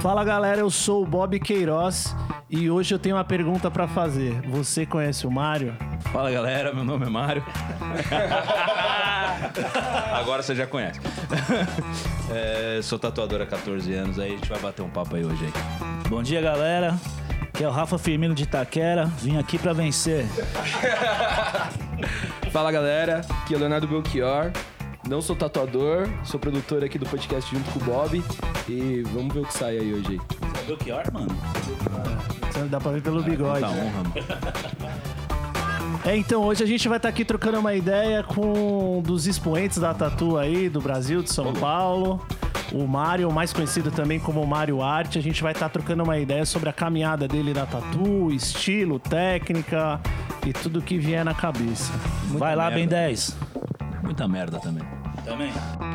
Fala galera, eu sou o Bob Queiroz e hoje eu tenho uma pergunta pra fazer. Você conhece o Mário? Fala galera, meu nome é Mário. Agora você já conhece. Sou tatuador há 14 anos, aí a gente vai bater um papo aí hoje. Aí. Bom dia galera, aqui é o Rafa Firmino de Itaquera, vim aqui pra vencer. Fala galera, aqui é o Leonardo Belchior. Não sou tatuador, sou produtor aqui do podcast junto com o Bob. E vamos ver o que sai aí hoje. Você é o Belchior, mano? Dá pra ver pelo bigode. Tá honra, mano. Então hoje a gente vai estar aqui trocando uma ideia com um dos expoentes da tatu aí do Brasil, de São Paulo. O Mário, mais conhecido também como Mário Arte. A gente vai estar trocando uma ideia sobre a caminhada dele da tatu, estilo, técnica e tudo que vier na cabeça. Vai lá, merda. Ben 10. Muita merda também. Também.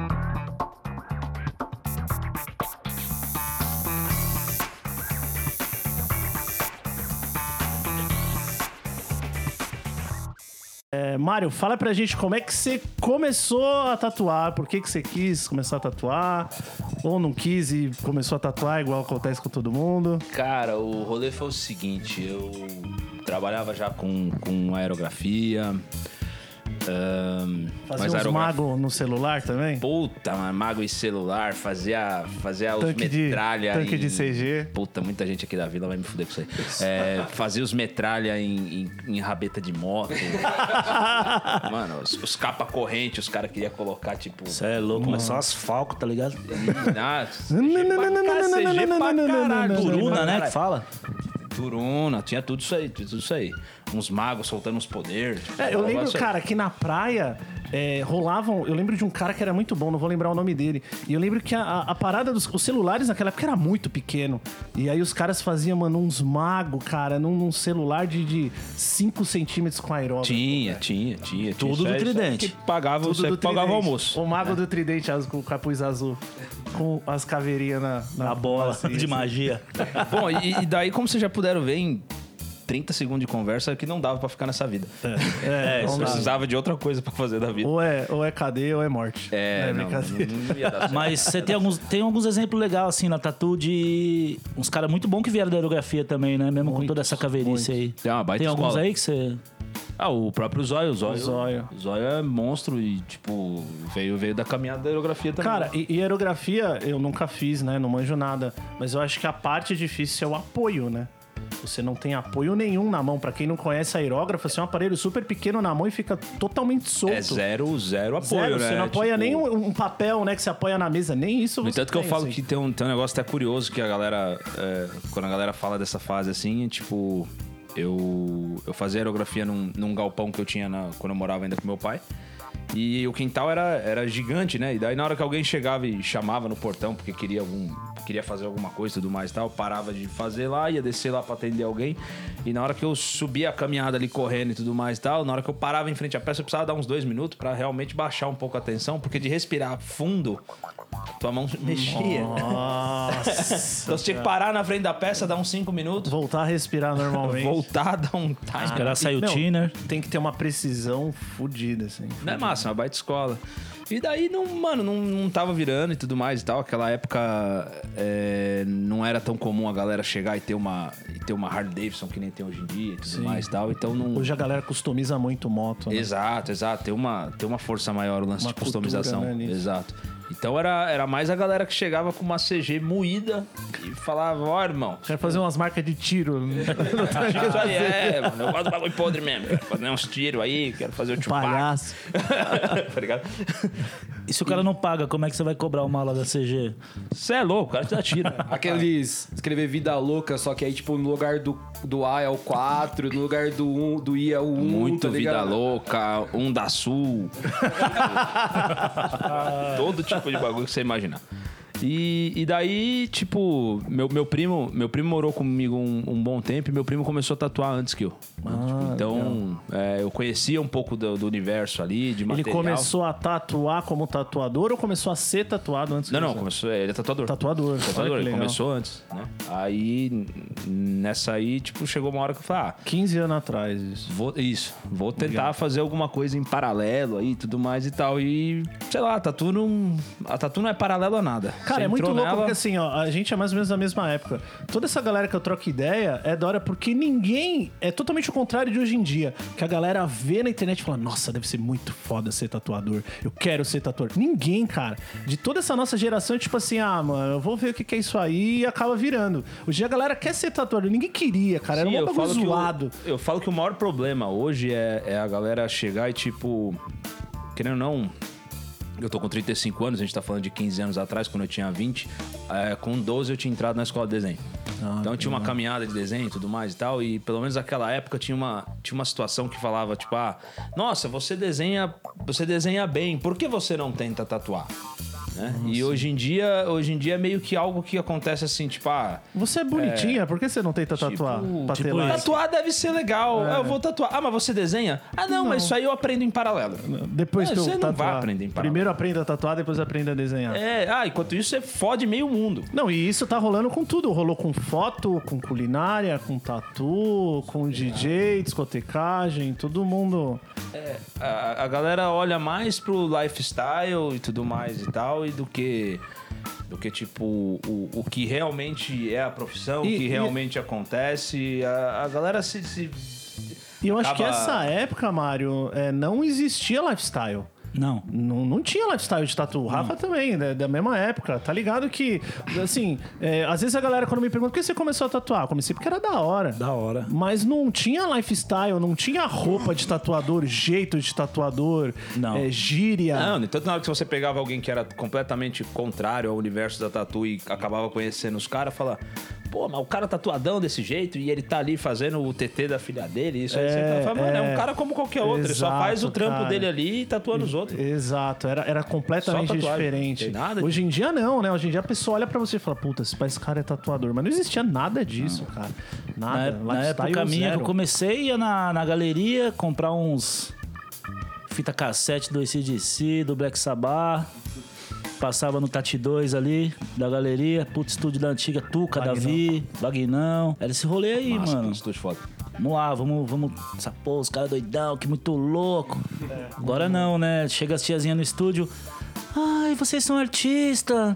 Mário, fala pra gente como é que você começou a tatuar, por que você quis começar a tatuar, ou não quis e começou a tatuar igual acontece com todo mundo. Cara, o rolê foi o seguinte, eu trabalhava já com aerografia. Fazia uns magos no celular também? Puta, mano, mago e celular, fazia os metralha tanque de CG. Puta, muita gente aqui da vila vai me fuder com isso aí. Fazia os metralha em rabeta de moto. Mano, os capa corrente, os caras queriam colocar, tipo... Você é louco, mas só as falcos, tá ligado? CG pra caralho. Turuna, né, que fala? Turuna, tinha tudo isso aí. Uns magos soltando uns poderes. Eu lembro, cara, que na praia rolavam... Eu lembro de um cara que era muito bom, não vou lembrar o nome dele. E eu lembro que a parada dos os celulares naquela época era muito pequeno. E aí os caras faziam, mano, uns magos, cara, num celular de 5 centímetros com aerógrafo. Tinha. Tudo do Tridente. Que pagava, você pagava o almoço. O mago do Tridente com o capuz azul. Com as caveirinhas na bola de magia. Bom, e daí, como vocês já puderam ver em 30 segundos de conversa, que não dava pra ficar nessa vida. Você precisava de outra coisa pra fazer da vida. Ou é cadeia ou é morte. Não ia dar certo. Mas você tem alguns exemplos legais, assim, na tatu de uns caras muito bons que vieram da aerografia também, né? Mesmo com toda essa caverice aí. Tem alguns escola aí que você... o próprio Zóio. O Zóio é monstro e, tipo, veio da caminhada da aerografia também. Cara, e aerografia eu nunca fiz, né? Não manjo nada. Mas eu acho que a parte difícil é o apoio, né? Você não tem apoio nenhum na mão. Pra quem não conhece aerógrafo, é um aparelho super pequeno na mão e fica totalmente solto. É zero apoio, né? Você não apoia nem um papel, né? Que você apoia na mesa. Nem isso você tanto que eu falo assim. Que tem um negócio até curioso que a galera... quando a galera fala dessa fase assim, tipo... Eu fazia aerografia num galpão que eu tinha quando eu morava ainda com meu pai. E o quintal era gigante, né? E daí na hora que alguém chegava e chamava no portão porque queria fazer alguma coisa e tudo mais e tal, eu parava de fazer lá, ia descer lá pra atender alguém. E na hora que eu subia a caminhada ali correndo e tudo mais e tal, na hora que eu parava em frente à peça, eu precisava dar uns 2 minutos pra realmente baixar um pouco a tensão, porque de respirar fundo, tua mão mexia. Nossa. Então você tinha que parar na frente da peça, dar uns 5 minutos. Voltar a respirar normalmente. Voltar, dar um time. Esperar sair o thinner. Tem que ter uma precisão fodida, assim. Não é massa, uma baita escola. E daí, não tava virando e tudo mais e tal. Aquela época não era tão comum a galera chegar e ter uma Harley Davidson que nem tem hoje em dia e tudo mais e tal. Então não... Hoje a galera customiza muito moto, né? Exato. Tem uma força maior o lance de customização. Cultura, né, exato. Então era mais a galera que chegava com uma CG moída e falava, ó, irmão... Quero fazer umas marcas de tiro. Isso aí mano, eu gosto do bagulho podre mesmo. Quero fazer uns tiros aí, quero fazer o Tupac. Palhaço. Tá ligado? E se o cara não paga, como é que você vai cobrar uma aula da CG? Você é louco, o cara te dá tiro. Aqueles escrever vida louca, só que aí, tipo, no lugar do A é o 4, no lugar do I é o 1. Muito tá vida louca, da Sul. Todo tipo de bagulho que você imaginar. E daí, tipo, meu primo morou comigo um bom tempo e meu primo começou a tatuar antes que eu. Então, eu conhecia um pouco do universo ali, de material. Ele começou a tatuar como tatuador ou começou a ser tatuado antes? Não, começou, ele é tatuador. Tatuador, ele começou antes, né? Aí, nessa aí, tipo, chegou uma hora que eu falei, 15 anos atrás, isso. Vou tentar fazer alguma coisa em paralelo aí, tudo mais e tal. E, sei lá, a tatu não é paralelo a nada. Cara, é muito entrou louco nela... porque assim, ó, a gente é mais ou menos da mesma época. Toda essa galera que eu troco ideia é da hora porque ninguém... É totalmente o contrário de hoje em dia. Que a galera vê na internet e fala, nossa, deve ser muito foda ser tatuador. Eu quero ser tatuador. Ninguém, cara. De toda essa nossa geração, tipo assim, mano, eu vou ver o que é isso aí e acaba virando. Hoje em dia a galera quer ser tatuador. Ninguém queria, cara. Era um bagulho zoado. Eu falo que o maior problema hoje é a galera chegar e tipo... Querendo ou não... Eu tô com 35 anos, a gente tá falando de 15 anos atrás, quando eu tinha 20. Com 12 eu tinha entrado na escola de desenho. Então tinha uma caminhada de desenho e tudo mais e tal. E pelo menos naquela época tinha uma situação que falava, tipo, nossa, você desenha bem, por que você não tenta tatuar? Né? E hoje em dia é meio que algo que acontece assim, tipo, você é bonitinha, por que você não tenta tatuar? Tatuar deve ser legal. Eu vou tatuar. Mas você desenha? Não, mas isso aí eu aprendo em paralelo. Depois que eu você tatuar. Não vai aprender em paralelo. Primeiro aprenda a tatuar, depois aprenda a desenhar. Enquanto isso você fode meio mundo. Não, e isso tá rolando com tudo. Rolou com foto, com culinária, com tatu, com DJ, discotecagem, todo mundo... A galera olha mais pro lifestyle e tudo mais e tal, do que tipo o que realmente é a profissão, o que realmente acontece. A galera se E eu acho que essa época, Mário, não existia lifestyle. Não tinha lifestyle de tatu. Rafa também, né? Da mesma época. Tá ligado que, assim, às vezes a galera quando me pergunta por que você começou a tatuar? Comecei porque era da hora. Da hora. Mas não tinha lifestyle, não tinha roupa de tatuador, jeito de tatuador, gíria. Não, tanto na hora que você pegava alguém que era completamente contrário ao universo da tatu e acabava conhecendo os caras, falar... Pô, mas o cara tatuadão desse jeito e ele tá ali fazendo o TT da filha dele. Isso aí você fala, mano, é um cara como qualquer outro. Ele só faz o trampo dele ali e tatua nos outros. Exato, era completamente diferente. Tem nada Hoje em dia não, né? Hoje em dia a pessoa olha pra você e fala, puta, esse cara é tatuador. Mas não existia nada disso, cara. Nada. Na época minha que eu comecei, ia na galeria comprar uns fita cassete do AC/DC, do Black Sabbath. Passava no Tati 2 ali, da galeria, puto estúdio da antiga Tuca, Davi, Vagnão. Era esse rolê aí, mano. Estúdio foda. Vamos lá, vamos. Essa porra, os caras doidão, que muito louco. Agora não, né? Chega as tiazinhas no estúdio. Ai, vocês são artistas.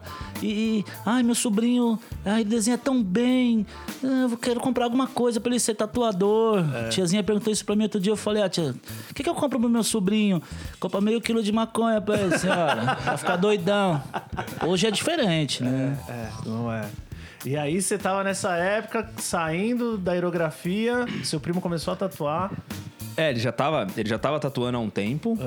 Ai, meu sobrinho, desenha tão bem. Eu quero comprar alguma coisa pra ele ser tatuador. Tiazinha perguntou isso pra mim outro dia. Eu falei, tia, o que eu compro pro meu sobrinho? Compra meio quilo de maconha pra ele, senhora. Vai ficar doidão. Hoje é diferente, né? Não é. E aí você tava nessa época, saindo da aerografia, seu primo começou a tatuar. Ele já tava tatuando há um tempo.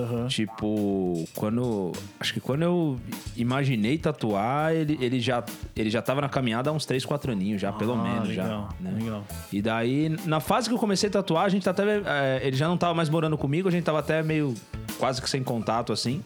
Tipo, acho que quando eu imaginei tatuar, ele já tava na caminhada há uns 3, 4 aninhos já, pelo menos. Legal, já, né? legal. E daí, na fase que eu comecei a tatuar, a gente tá até... ele já não tava mais morando comigo, a gente tava até meio... quase que sem contato, assim.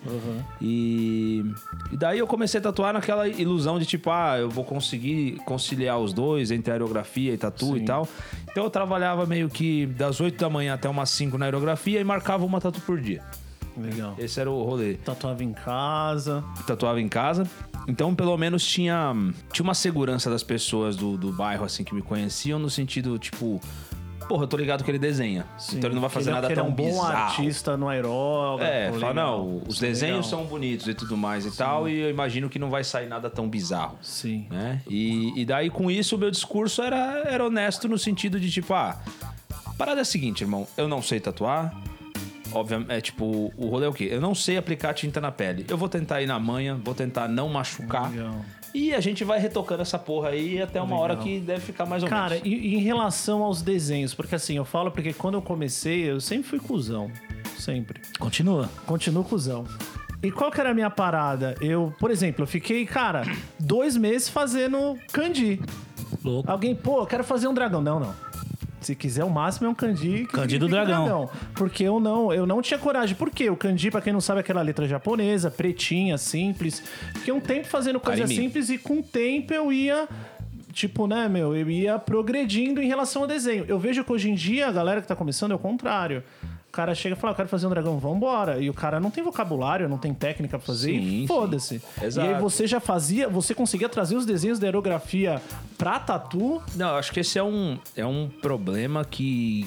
E daí eu comecei a tatuar naquela ilusão de tipo, eu vou conseguir conciliar os dois, entre aerografia e tatu e tal. Então eu trabalhava meio que das 8 da manhã até umas 5 na aerografia e marcava uma tatu por dia. Legal. Esse era o rolê. Tatuava em casa. Tatuava em casa. Então, pelo menos, tinha uma segurança das pessoas do bairro, assim, que me conheciam, no sentido, tipo... Porra, eu tô ligado que ele desenha. Sim, então ele não vai fazer nada tão bizarro. Ele é um bom artista no aerógrafo. Fala, não, os desenhos são bonitos e tudo mais e tal, e eu imagino que não vai sair nada tão bizarro. Sim. Né? E daí, com isso, o meu discurso era honesto no sentido de, tipo, a parada é a seguinte, irmão, eu não sei tatuar. Obviamente, tipo, o rolê é o quê? Eu não sei aplicar tinta na pele. Eu vou tentar ir na manha, vou tentar não machucar. Legal. E a gente vai retocando essa porra aí até uma hora que deve ficar mais ou menos. Cara, e em relação aos desenhos, porque assim, eu falo porque quando eu comecei, eu sempre fui cuzão. Sempre. Continuo cuzão. E qual que era a minha parada? Por exemplo, eu fiquei, cara, 2 meses fazendo kanji. Louco. Alguém, eu quero fazer um dragão. Não. Se quiser, o máximo é um kanji. Kanji do dragão. Porque eu não tinha coragem. Por quê? O kanji, pra quem não sabe, é aquela letra japonesa, pretinha, simples. Fiquei um tempo fazendo coisa simples e com o tempo eu ia... Tipo, né, eu ia progredindo em relação ao desenho. Eu vejo que hoje em dia a galera que tá começando é o contrário. O cara chega e fala, eu quero fazer um dragão, vambora. E o cara não tem vocabulário, não tem técnica pra fazer e foda-se. Exato. E aí você conseguia trazer os desenhos da aerografia pra tatu. Não, acho que esse é um problema que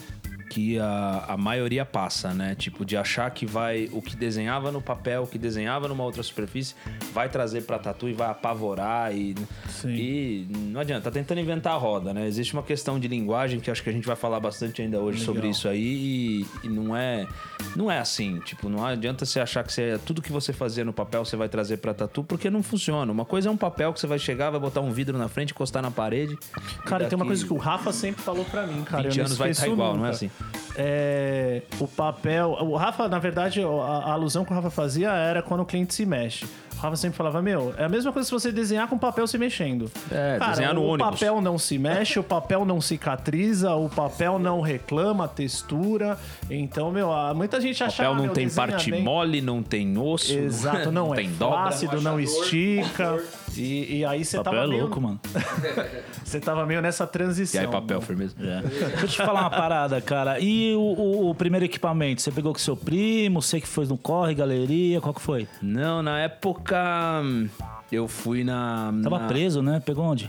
que a maioria passa, né? Tipo, de achar que o que desenhava no papel, o que desenhava numa outra superfície, vai trazer pra tatu e vai apavorar e não adianta, tá tentando inventar a roda, né? Existe uma questão de linguagem que acho que a gente vai falar bastante ainda hoje sobre isso aí e não é assim, tipo, não adianta você achar que tudo que você fazia no papel você vai trazer pra tatu, porque não funciona. Uma coisa é um papel que você vai chegar, vai botar um vidro na frente, encostar na parede. Cara, tem uma coisa que o Rafa sempre falou pra mim, cara. 20 anos vai estar igual, não é assim? O papel... O Rafa, na verdade, a alusão que o Rafa fazia era quando o cliente se mexe. O Rafa sempre falava, é a mesma coisa se você desenhar com papel se mexendo. Cara, desenhar no ônibus. O papel não se mexe, o papel não cicatriza, o papel não reclama a textura. Então, muita gente achava... O papel não tem parte mole, não tem osso. Exato, não é tem dobra. flácido, não estica. E aí você Papel tava é meio... louco, mano. Você tava meio nessa transição. E aí, papel, firmeza. Deixa eu te falar uma parada, cara. E o primeiro equipamento? Você pegou com seu primo? Você que foi no corre, galeria? Qual que foi? Não, na época eu fui Tava preso, né? Pegou onde?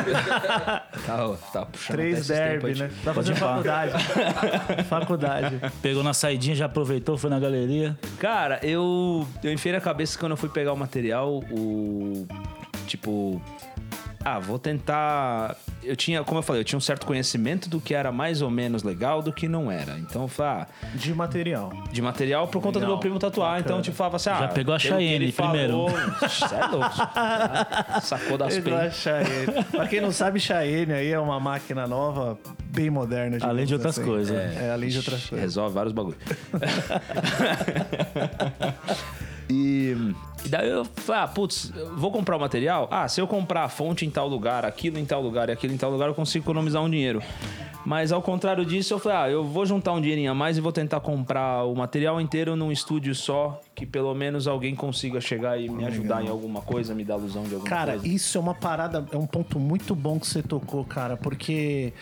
Tá puxando 3 derby, né? Tá fazendo faculdade. Faculdade. Pegou na saidinha, já aproveitou, foi na galeria. Cara, eu enfiei na cabeça que quando eu fui pegar o material, vou tentar... Como eu falei, eu tinha um certo conhecimento do que era mais ou menos legal do que não era. Então eu falei, De material. De material por conta do meu primo tatuar. Bacana. Então, falava assim, Já pegou a Cheyenne primeiro. Você é louco. Sacou das Pegou a penas. Cheyenne. Pra quem não sabe, Cheyenne aí é uma máquina nova, bem moderna. Além de outras assim. coisas. Além de outras coisas. Resolve vários bagulhos. E daí eu falei, vou comprar o material? Se eu comprar a fonte em tal lugar, aquilo em tal lugar e aquilo em tal lugar, eu consigo economizar um dinheiro. Mas ao contrário disso, eu falei, eu vou juntar um dinheirinho a mais e vou tentar comprar o material inteiro num estúdio só, que pelo menos alguém consiga chegar e me ajudar em alguma coisa, me dar alusão de alguma coisa. Cara, isso é uma parada, é um ponto muito bom que você tocou, cara, porque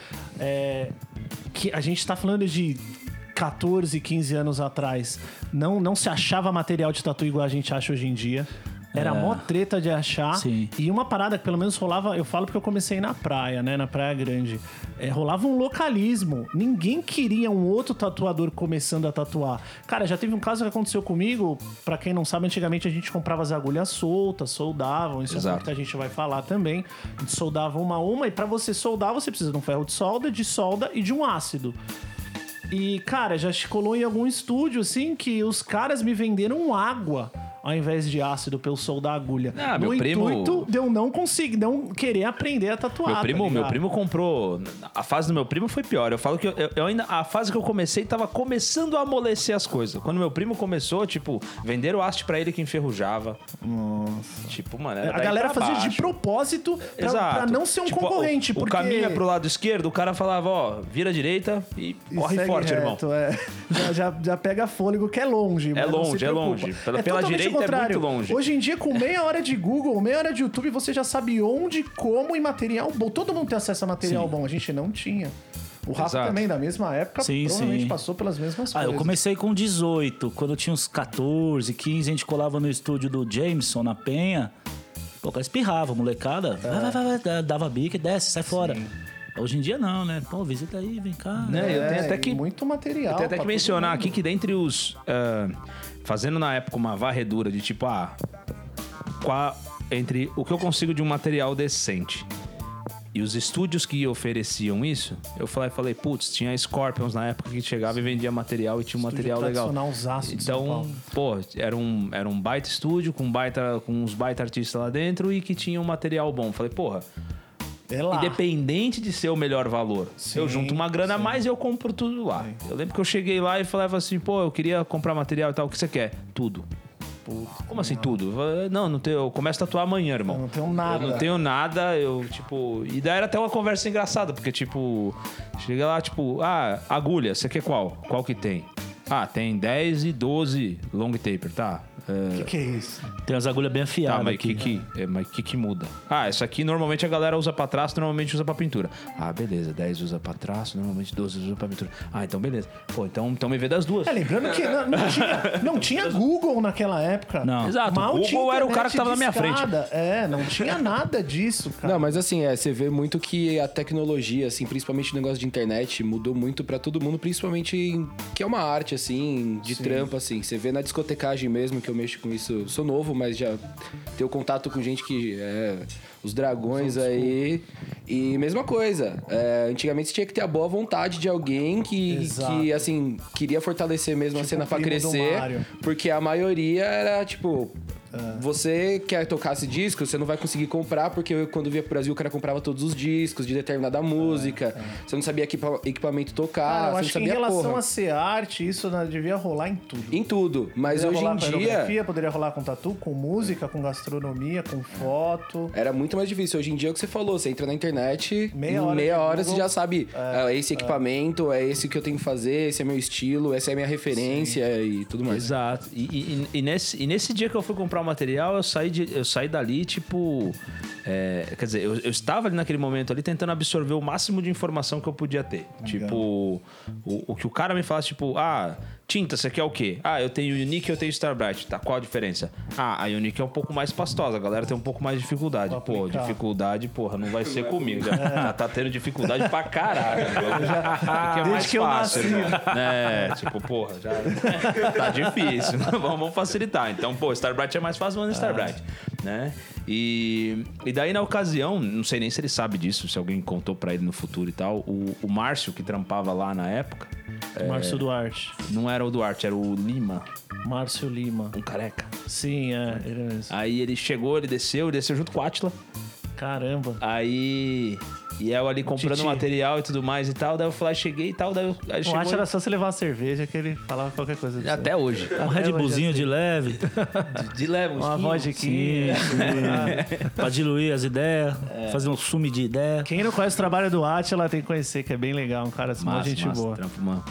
que a gente tá falando de 14, 15 anos atrás, não se achava material de tatu igual a gente acha hoje em dia. Era mó treta de achar. Sim. E uma parada que pelo menos rolava, eu falo porque eu comecei na praia, né? Na Praia Grande. Rolava um localismo. Ninguém queria um outro tatuador começando a tatuar. Cara, já teve um caso que aconteceu comigo. Pra quem não sabe, antigamente a gente comprava as agulhas soltas, soldavam. Isso é um ponto que a gente vai falar também. A gente soldava uma a uma. E pra você soldar, você precisa de um ferro de solda e de um ácido. E, cara, já colou em algum estúdio, assim, que os caras me venderam água ao invés de ácido pra eu soldar a agulha. Meu primo... intuito de eu não querer aprender a tatuar. Meu primo comprou... A fase do meu primo foi pior. Eu falo que eu ainda... A fase que eu comecei tava começando a amolecer as coisas. Quando meu primo começou, venderam haste pra ele que enferrujava. Nossa. Mano, era a galera fazia baixo. de propósito Exato. pra não ser um concorrente. O caminho é pro lado esquerdo, o cara falava, vira à direita e corre segue forte, reto, irmão. já pega fôlego, que é longe. É mas não se longe, é preocupa. longe. Pela totalmente direita o contrário. é muito longe. Hoje em dia, com meia hora de Google, meia hora de YouTube, você já sabe onde, como e material bom. Todo mundo tem acesso a material bom. A gente não tinha. O Rafa Exato. também, da mesma época, provavelmente sim. passou pelas mesmas coisas. Eu comecei com 18. Quando eu tinha uns 14, 15, a gente colava no estúdio do Jameson, na Penha. Pô, cara espirrava, molecada. Vai, dava bico e desce, sai fora. Hoje em dia não, né? Pô, visita aí, vem cá. Né? Eu tenho até que... Muito material. Eu tenho até que pra mencionar todo mundo. aqui que dentre os... fazendo na época uma varredura de entre o que eu consigo de um material decente e os estúdios que ofereciam isso, eu falei, putz, tinha Scorpions na época que chegava e vendia material e tinha um material legal. De São Então, Paulo. era um baita estúdio com uns baita artistas lá dentro e que tinha um material bom. Falei, É lá. independente de ser o melhor valor, eu junto uma grana a mais e eu compro tudo lá. Eu lembro que eu cheguei lá e falava assim, eu queria comprar material e tal, o que você quer? Tudo. Como assim tudo? Não tenho, eu começo a tatuar amanhã, irmão. Eu não tenho nada. Eu não tenho nada, E daí era até uma conversa engraçada, porque, chega lá, agulha, você quer qual? Qual que tem? Tem 10 e 12 long taper, tá? O que é isso? Tem umas agulhas bem afiadas Tá, mas aqui. que muda? Ah, essa aqui normalmente a galera usa pra traço, normalmente usa pra pintura. Ah, beleza, 10 usa pra traço, normalmente 12 usa pra pintura. Ah, então beleza. Pô, então me vê das duas. Lembrando que não tinha Google naquela época. Não. Exato, Mal o tinha Google era o cara que tava na minha internet frente. discada. Não tinha nada disso, cara. Não, mas assim, você vê muito que a tecnologia, assim, principalmente o negócio de internet, mudou muito pra todo mundo, principalmente que é uma arte, assim, de trampo, assim. Você vê na discotecagem mesmo, que eu mexo com isso. Sou novo, mas já tenho contato com gente que os dragões aí. E mesma coisa. Antigamente você tinha que ter a boa vontade de alguém que assim, queria fortalecer mesmo a cena pra crescer. Porque a maioria era, tipo... Você quer tocar esse disco, você não vai conseguir comprar, porque quando via pro Brasil o cara comprava todos os discos de determinada música. Você não sabia que equipamento tocar, Cara, eu você acho não que em sabia relação a ser arte, isso devia rolar em tudo. Em tudo. Mas Poderia hoje rolar em com dia... aerografia, poderia rolar com tatu, com música, com gastronomia, com foto. Era muito mais difícil. Hoje em dia é o que você falou, você entra na internet, Meia em hora meia hora de você já sabe esse equipamento, é esse que eu tenho que fazer, esse é meu estilo, essa é a minha referência e tudo mais. Exato. E nesse dia que eu fui comprar o material, eu saí dali, tipo... quer dizer, eu estava ali naquele momento ali tentando absorver o máximo de informação que eu podia ter. Legal. Tipo, o que o cara me falasse, tipo... tinta, você quer o quê? Eu tenho Unique e eu tenho Starbright. Tá, qual a diferença? A Unique é um pouco mais pastosa, a galera tem um pouco mais de dificuldade. Pô, dificuldade, porra, não vai ser comigo. Já tá tendo dificuldade pra caralho. Que é mais que eu fácil. nasci. Tipo, porra, já tá difícil. Vamos facilitar. Então, pô, Starbright é mais fácil, vamos no Starbright, né? E daí, na ocasião, não sei nem se ele sabe disso, se alguém contou pra ele no futuro e tal, o Márcio, que trampava lá na época... Márcio Duarte. Não era o Duarte, era o Lima. Márcio Lima. Um careca. Sim, ele mesmo. Aí ele chegou, ele desceu junto com o Átila. Caramba. Aí... E eu ali comprando material e tudo mais e tal. Daí eu fui lá, cheguei e tal. Daí eu chegou... acho que era só você levar uma cerveja que ele falava qualquer coisa disso. Até hoje. Um Red Bullzinho de leve. De leve, uma vodka. Pra diluir as ideias. Fazer um sumo de ideia. Quem não conhece o trabalho do Átila tem que conhecer, que é bem legal. Um cara assim, uma gente boa. Trampo, mano.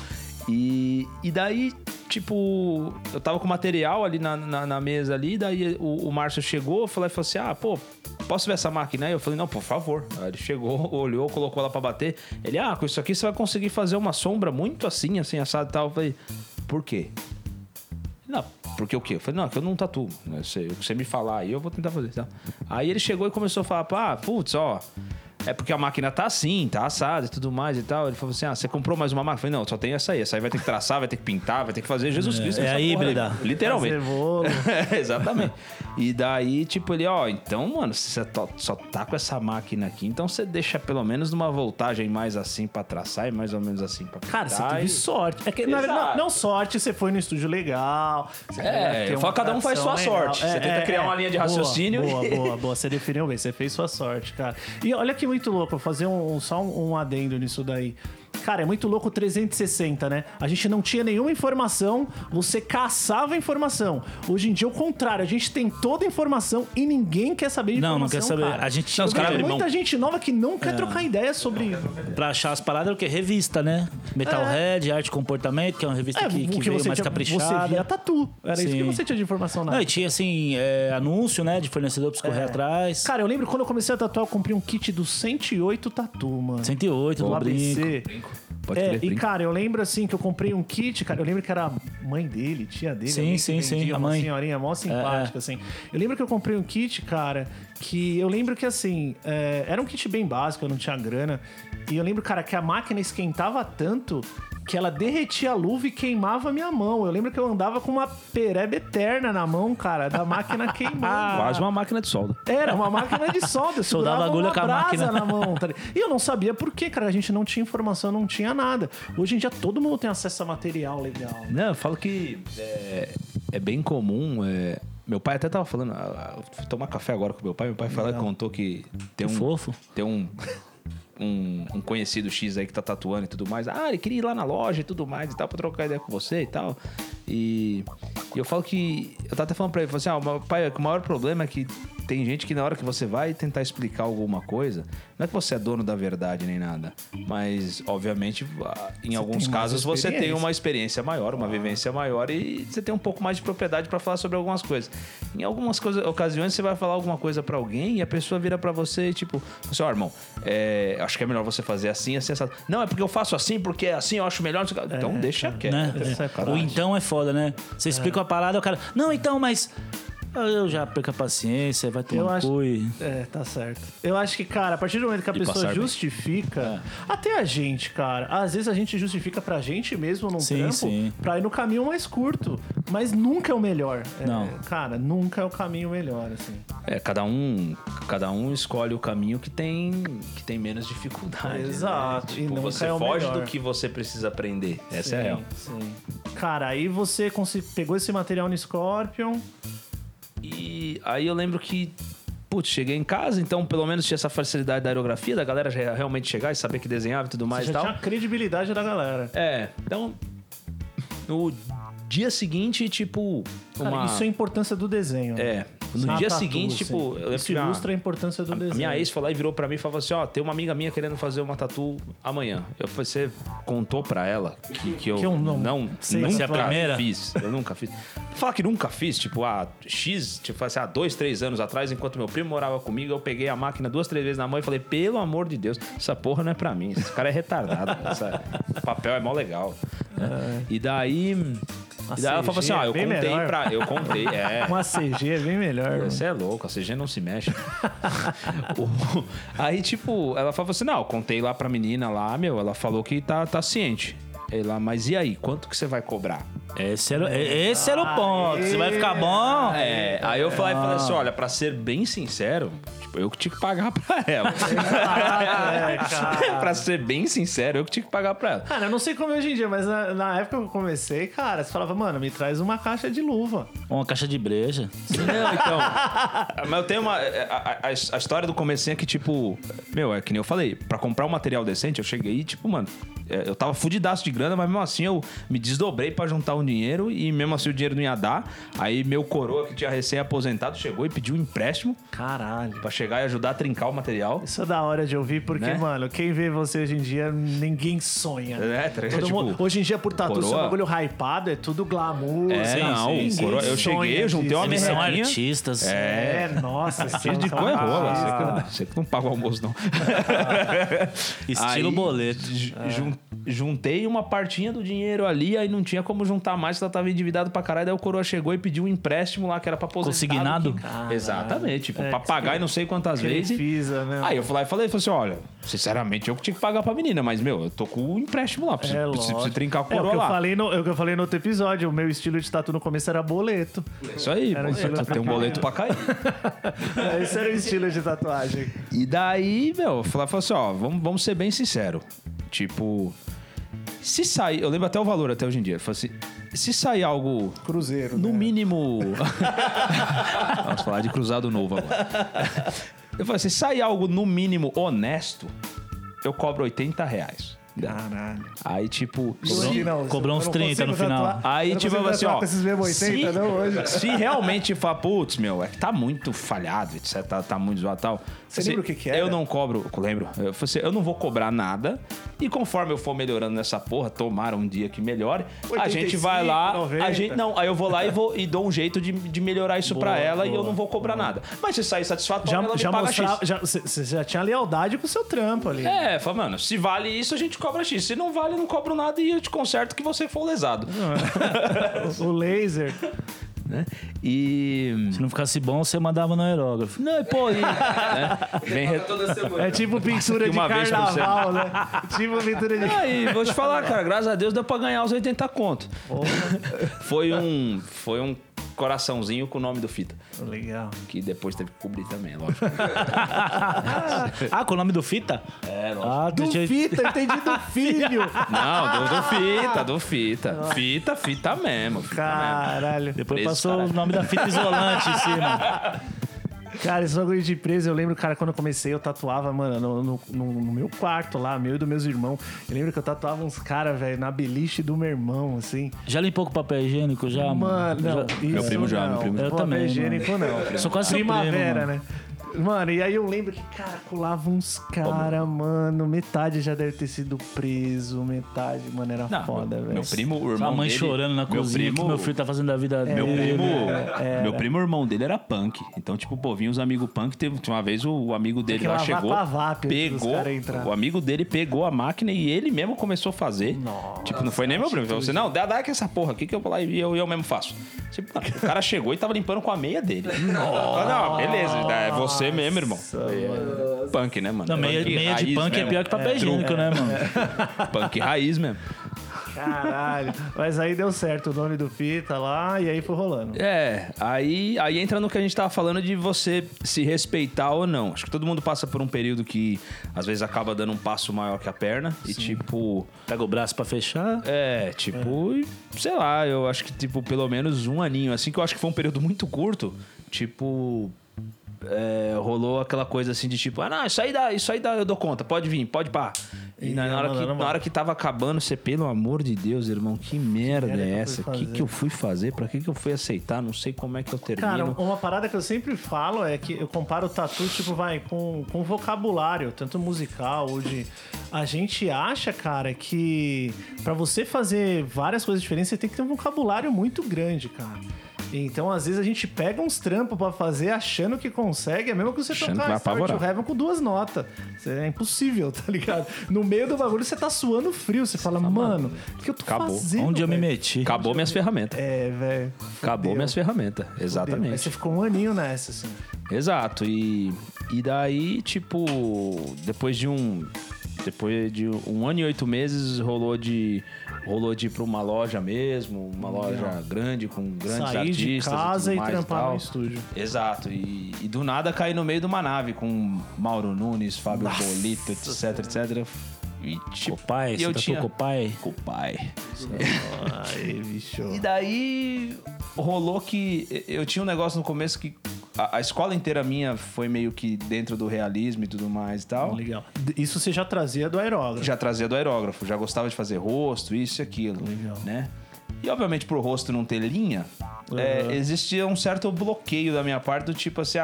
E daí, tipo, eu tava com material ali na mesa ali, daí o Márcio chegou, falou assim, pô, posso ver essa máquina aí? Eu falei, não, por favor. Aí ele chegou, olhou, colocou ela pra bater. Ele, com isso aqui você vai conseguir fazer uma sombra muito assim, assado e tal. Eu falei, por quê? Não, porque o quê? Eu falei, não, que eu não tatuo. Né? Você me falar aí, eu vou tentar fazer. Tá? Aí ele chegou e começou a falar, putz, é porque a máquina tá assim, tá assada e tudo mais e tal. Ele falou assim, você comprou mais uma máquina? Eu falei, não, só tem essa aí. Essa aí vai ter que traçar, vai ter que pintar, vai ter que fazer Jesus Cristo. É a híbrida. Literalmente. Fazer bolo. Exatamente. E daí, tipo, ele, então, mano, se você só tá com essa máquina aqui, então você deixa pelo menos numa voltagem mais assim pra traçar e mais ou menos assim pra pintar. Cara, você teve sorte. É que, na verdade, não sorte, você foi no estúdio legal. Eu falo, cada um faz sua sorte. Você tenta criar uma linha de raciocínio. Boa. Você definiu bem, você fez sua sorte, cara. E olha que muito louco, vou fazer só um adendo nisso daí. Cara, é muito louco o 360, né? A gente não tinha nenhuma informação, você caçava informação. Hoje em dia, é o contrário. A gente tem toda a informação e ninguém quer saber de informação, não quer saber. Cara. A gente tinha muita gente nova que não quer trocar ideia sobre... Pra achar as paradas, era o quê? Revista, né? Metalhead, Arte e Comportamento, que é uma revista que veio mais caprichada. Você via tatu. Era isso que você tinha de informação na Não, e tinha, assim, anúncio, né? De fornecedor pra você correr atrás. Cara, eu lembro quando eu comecei a tatuar, eu comprei um kit do 108 Tatu, mano. 108, do ABC. Pode crer, e cara, eu lembro assim que eu comprei um kit, cara, eu lembro que era a mãe dele, tia dele. Sim, a mãe. Uma senhorinha mó simpática, assim. Eu lembro que eu comprei um kit, cara, que eu lembro que assim, era um kit bem básico, eu não tinha grana. E eu lembro, cara, que a máquina esquentava tanto que ela derretia a luva e queimava a minha mão. Eu lembro que eu andava com uma pereba eterna na mão, cara, da máquina queimando. Quase uma máquina de solda. Era uma máquina de solda. Soldava agulha com a máquina na mão. E eu não sabia por quê, cara. A gente não tinha informação, não tinha nada. Hoje em dia todo mundo tem acesso a material legal. Não, eu falo que é bem comum. Meu pai até tava falando. Eu fui tomar café agora com meu pai. Meu pai contou que tem fofo. Tem um conhecido X aí que tá tatuando e tudo mais. Ele queria ir lá na loja e tudo mais e tal, pra trocar ideia com você e tal. E eu falo que... Eu tava até falando pra ele, meu pai, o maior problema é que tem gente que na hora que você vai tentar explicar alguma coisa, não é que você é dono da verdade nem nada, mas obviamente em alguns casos você tem uma experiência maior, uma vivência maior e você tem um pouco mais de propriedade para falar sobre algumas coisas. Em algumas ocasiões você vai falar alguma coisa para alguém e a pessoa vira para você tipo, assim, ó, irmão, acho que é melhor você fazer assim, assim, assim. Não, é porque eu faço assim, porque assim eu acho melhor. Então deixa quieto. Né? O então é foda, né? Você explica uma parada, o cara... Não, então, mas... Eu já perco a paciência, vai tomar no cu e... tá certo. Eu acho que, cara, a partir do momento que a pessoa justifica... Até a gente, cara. Às vezes a gente justifica pra gente mesmo num trampo pra ir no caminho mais curto. Mas nunca é o melhor. Não. Cara, nunca é o caminho melhor, assim. Cada um escolhe o caminho que tem menos dificuldade. Exato. Né? Tipo, e você foge do que você precisa aprender. Essa é a real. Sim. Cara, aí você pegou esse material no Scorpion... E aí eu lembro que, putz, cheguei em casa, então pelo menos tinha essa facilidade da aerografia, da galera já realmente chegar e saber que desenhava e tudo mais Você e já tal. tinha a credibilidade da galera. Então no dia seguinte, tipo... Cara, isso é a importância do desenho. No dia seguinte, tipo... Eu isso ilustra a importância do desenho. A minha ex foi lá e virou pra mim e falou assim, ó, tem uma amiga minha querendo fazer uma tatu amanhã. Você contou pra ela que eu nunca fiz. Eu nunca fiz. Falar que nunca fiz, tipo, tipo assim, há 2, 3 anos atrás, enquanto meu primo morava comigo, eu peguei a máquina 2, 3 vezes na mão e falei, pelo amor de Deus, essa porra não é pra mim. Esse cara é retardado. O papel é mó legal. Né? E daí ela falou assim, eu contei pra... Eu contei, Uma CG é bem melhor. Você é louco, a CG não se mexe. Aí, tipo, ela falou assim, não, eu contei lá pra menina lá, ela falou que tá ciente. Ela, mas e aí, quanto que você vai cobrar? Esse era o ponto. Você vai ficar bom? Aí eu falei assim, olha, pra ser bem sincero, tipo, eu que tinha que pagar pra ela. Pra ser bem sincero, eu que tinha que pagar pra ela. Cara, eu não sei como é hoje em dia, mas na época que eu comecei, cara, você falava, mano, me traz uma caixa de luva. Uma caixa de breja. Não, então. Mas eu tenho a história do comecinho é que, tipo, é que nem eu falei, pra comprar um material decente, eu cheguei e, tipo, mano, eu tava fudidaço de grana, mas mesmo assim eu me desdobrei pra juntar um dinheiro e mesmo assim o dinheiro não ia dar. Aí meu coroa, que tinha recém-aposentado, chegou e pediu um empréstimo. Caralho. Pra chegar e ajudar a trincar o material. Isso é da hora de ouvir, porque, né? Mano, quem vê você hoje em dia, ninguém sonha. Hoje em dia, por tatu, seu bagulho hypado, é tudo glamour. Coroa, eu cheguei, eu juntei uma Eles são merrequinha. artistas. Nossa. Cheio de cor é rola. Você que não paga o almoço, não. Estilo boleto. Juntei uma partinha do dinheiro ali, aí não tinha como juntar mais, ela tava endividado pra caralho. Daí o coroa chegou e pediu um empréstimo lá, que era pra aposentado. Consignado? Exatamente, tipo, pra pagar e não sei quantas vezes. Aí eu fui lá e falei assim, olha, sinceramente, eu que tinha que pagar pra menina, mas, eu tô com o empréstimo lá, preciso trincar com o coroa lá. É o que eu falei no outro episódio, o meu estilo de tatu no começo era boleto. Isso aí, tem um boleto pra cair. Esse era o estilo de tatuagem. E daí, eu falei assim, vamos ser bem sinceros. Tipo, se sair... Eu lembro até o valor até hoje em dia. Eu falei assim, se sair algo... Cruzeiro, no mínimo... Vamos falar de cruzado novo agora. Eu falei assim, se sair algo no mínimo honesto, eu cobro R$80. Caralho. Aí, tipo... Cobrou uns 30 no final. Aí, tipo, assim, ó... esses mesmos 80, não, hoje. Se realmente falar, putz, é que tá muito falhado, etc, tá muito zoado e tal. Você lembra o que era? Eu não cobro... Lembro. Eu falei assim, eu não vou cobrar nada. E conforme eu for melhorando nessa porra, tomara um dia que melhore, 85, a gente vai lá... 90. Aí eu vou lá e dou um jeito de melhorar isso pra ela e eu não vou cobrar nada. Mas se sair satisfatório, ela me paga X. Você já tinha lealdade com o seu trampo ali. Fala, mano, se vale isso, a gente cobra X. Se não vale, eu não cobro nada e eu te conserto que você for lesado. O laser... Né? E... Se não ficasse bom, você mandava no aerógrafo. Não, pô, toda semana. É tipo pintura de carnaval, né? Tipo pintura de... Aí, vou te falar, cara, graças a Deus deu pra ganhar os 80 conto. Foi um coraçãozinho com o nome do Fita. Legal. Que depois teve que cobrir também, lógico. Com o nome do Fita? Lógico. Do Fita, entendi do filho. Não, do Fita. Fita mesmo. Caralho. Depois passou o nome da fita isolante em cima. Cara, esse bagulho de preso, eu lembro, cara, quando eu comecei, eu tatuava, mano, no meu quarto lá, meu e dos meus irmãos. Eu lembro que eu tatuava uns caras, velho, na beliche do meu irmão, assim. Já limpou com papel higiênico? Já, Mano, não. Já... Meu primo já, não. meu primo já. Eu Papel também, higiênico, não. Sou quase seu Primavera, primo, né? Mano, e aí eu lembro que, cara, colava uns cara, mano, metade já deve ter sido preso, metade, mano, era Não, foda, velho. meu primo, o irmão Sua mãe dele, chorando na cozinha que meu filho tá fazendo a vida dele. Meu primo, o irmão dele era punk. Então, tipo, pô, vinha os amigos punk. Teve uma vez o amigo dele que lá lavar chegou, com a VAP antes dos pegou, caras entrarem. o amigo dele pegou a máquina e ele mesmo começou a fazer. Nossa, tipo, não foi nem meu primo. Ele falou assim, não, dá aqui essa porra aqui que eu vou lá e eu mesmo faço. Tipo, mano, o cara chegou e tava limpando com a meia dele. Não, beleza, é você mesmo, irmão. Punk, né, mano? Não, meia de raiz punk mesmo. é pior que papel higiênico, né, mano? Punk raiz mesmo. Caralho. Mas aí deu certo o nome do fita lá e aí foi rolando. É, aí entra no que a gente tava falando de você se respeitar ou não. Acho que todo mundo passa por um período que às vezes acaba dando um passo maior que a perna. E tipo... Pega o braço pra fechar. Sei lá, eu acho que tipo pelo menos um aninho. Assim que eu acho que foi um período muito curto. Tipo... rolou aquela coisa assim de tipo, não, isso aí dá, eu dou conta, pode vir, pode pá. E na hora que tava acabando, você, pelo amor de Deus, irmão, que merda é essa? O que eu fui fazer? Pra que eu fui aceitar? Não sei como é que eu termino. Cara, uma parada que eu sempre falo é que eu comparo o tatu, tipo, com vocabulário, tanto musical ou de... A gente acha, cara, que pra você fazer várias coisas diferentes, você tem que ter um vocabulário muito grande, cara. Então, às vezes, a gente pega uns trampos pra fazer achando que consegue. É mesmo que você tocar Start to Heaven com 2 notas. É impossível, tá ligado? No meio do bagulho, você tá suando frio. Você fala, mano, o que eu tô fazendo? Onde eu me véio? meti? Acabou minhas ferramentas. Velho. Acabou minhas ferramentas, exatamente. Aí você ficou um aninho nessa, assim. Exato. E daí, tipo, depois de um ano e 8 meses, rolou de ir pra uma loja mesmo, uma loja grande, com grandes Sair artistas. de casa e trampar tal. no estúdio. Exato. E do nada cair no meio de uma nave com Mauro Nunes, Fábio Bolito, etc. E tipo, Com o pai, e eu você tinha... com o pai? Com o pai. Ai, bicho. E daí rolou que eu tinha um negócio no começo que a escola inteira minha foi meio que dentro do realismo e tudo mais e tal. Legal. Isso você já trazia do aerógrafo. Já trazia do aerógrafo, já gostava de fazer rosto, isso e aquilo. Legal. Né? E obviamente pro rosto não ter linha, existia um certo bloqueio da minha parte do tipo assim,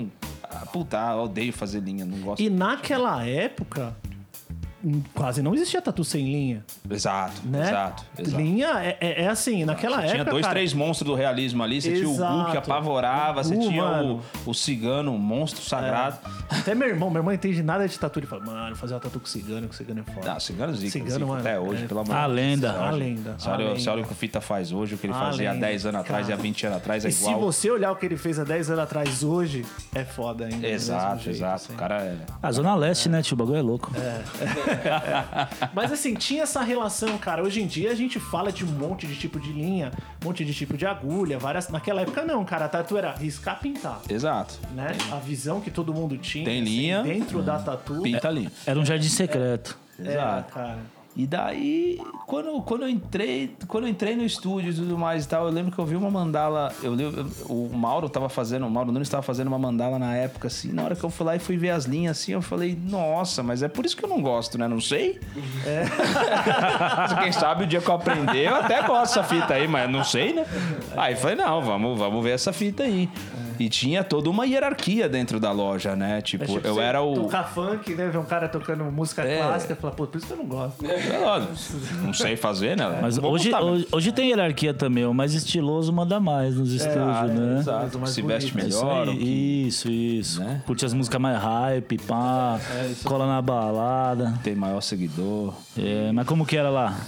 eu odeio fazer linha, não gosto. E naquela época, quase não existia tatu sem linha. Exato, Né? exato. Linha é assim, naquela época. Tinha 2, 3 monstros do realismo ali. Você tinha o Gu que apavorava, você tinha o Cigano, um monstro sagrado. Até meu irmão entende nada de tatu. Ele fala, mano, fazer uma tatu com cigano é foda. Não, Cigano zica. Cigano, mano, até hoje, pelo amor A de Deus. lenda. A lenda. Você olha o que o Fita faz hoje, o que ele fazia há 10 anos atrás e há 20 anos atrás é E igual. se você olhar o que ele fez há 10 anos atrás hoje, é foda ainda. do mesmo Exato, jeito, exato. assim. O cara é... A Zona Leste, né, tio? O bagulho é louco. Mas assim, tinha essa relação, cara. Hoje em dia a gente fala de um monte de tipo de linha, um monte de tipo de agulha, várias. Naquela época não, cara. A tatu era riscar, pintar. Exato. Né? A visão que todo mundo tinha. Tem linha. Dentro da tatu. Pinta ali. Era um jardim secreto. Exato. Cara. E daí, quando eu entrei no estúdio e tudo mais e tal, eu lembro que eu vi uma mandala. O Mauro Nunes tava fazendo uma mandala na época, assim. Na hora que eu fui lá e fui ver as linhas assim, eu falei, nossa, mas é por isso que eu não gosto, né? Não sei. Quem sabe o dia que eu aprender, eu até gosto dessa fita aí, mas não sei, né? Aí eu falei, não, vamos ver essa fita aí. E tinha toda uma hierarquia dentro da loja, né? Tipo, eu era o... Tocar funk, né? Ver um cara tocando música clássica e falar, pô, por isso que eu não gosto. Não sei fazer, né? Mas hoje tem hierarquia também. O mais estiloso manda mais nos estúdios, né? Exato. mais Se veste bonito. melhor. Isso. Né? Curte as músicas mais hype, pá. Cola na balada. Tem maior seguidor. Mas como que era lá?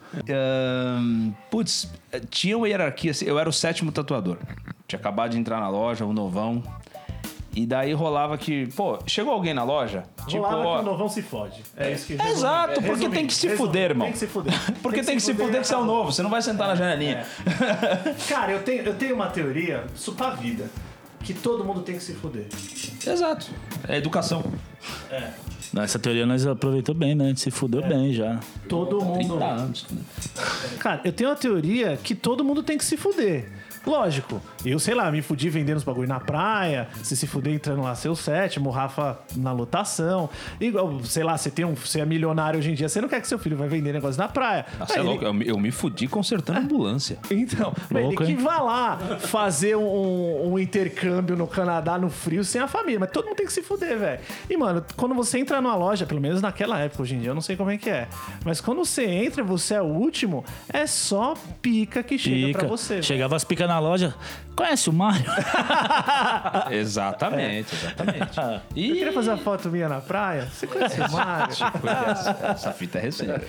Tinha uma hierarquia assim, eu era o 7º tatuador. Tinha acabado de entrar na loja, um novão. E daí rolava que, chegou alguém na loja? Rolava que o novão se fode. É isso que... Exato, porque tem que se fuder, irmão. Tem que se fuder. Porque tem que se fuder que você é o novo, você não vai sentar na janelinha. Cara, eu tenho uma teoria, isso pra vida, que todo mundo tem que se fuder. Exato. É educação. Essa teoria nós aproveitou bem, né? A gente se fudeu bem já. Todo mundo... 30 anos. Cara, eu tenho uma teoria que todo mundo tem que se fuder. Lógico, eu sei lá, me fudi vendendo os bagulho na praia, se fuder entrando lá ser o sétimo, o Rafa na lotação. Igual, sei lá, você é milionário hoje em dia, você não quer que seu filho vai vender negócio na praia. Nossa, é louco, eu me fudi consertando ambulância. Então, ele que vai lá fazer um intercâmbio no Canadá, no frio, sem a família. Mas todo mundo tem que se fuder, velho. E, mano, quando você entra numa loja, pelo menos naquela época, hoje em dia, eu não sei como é que é. Mas quando você entra, você é o último, é só pica que chega pra você. Chegava as picas na loja. Conhece o Mário? Exatamente. Eu queria fazer uma foto minha na praia. Você conhece o Mário? Essa fita é recente.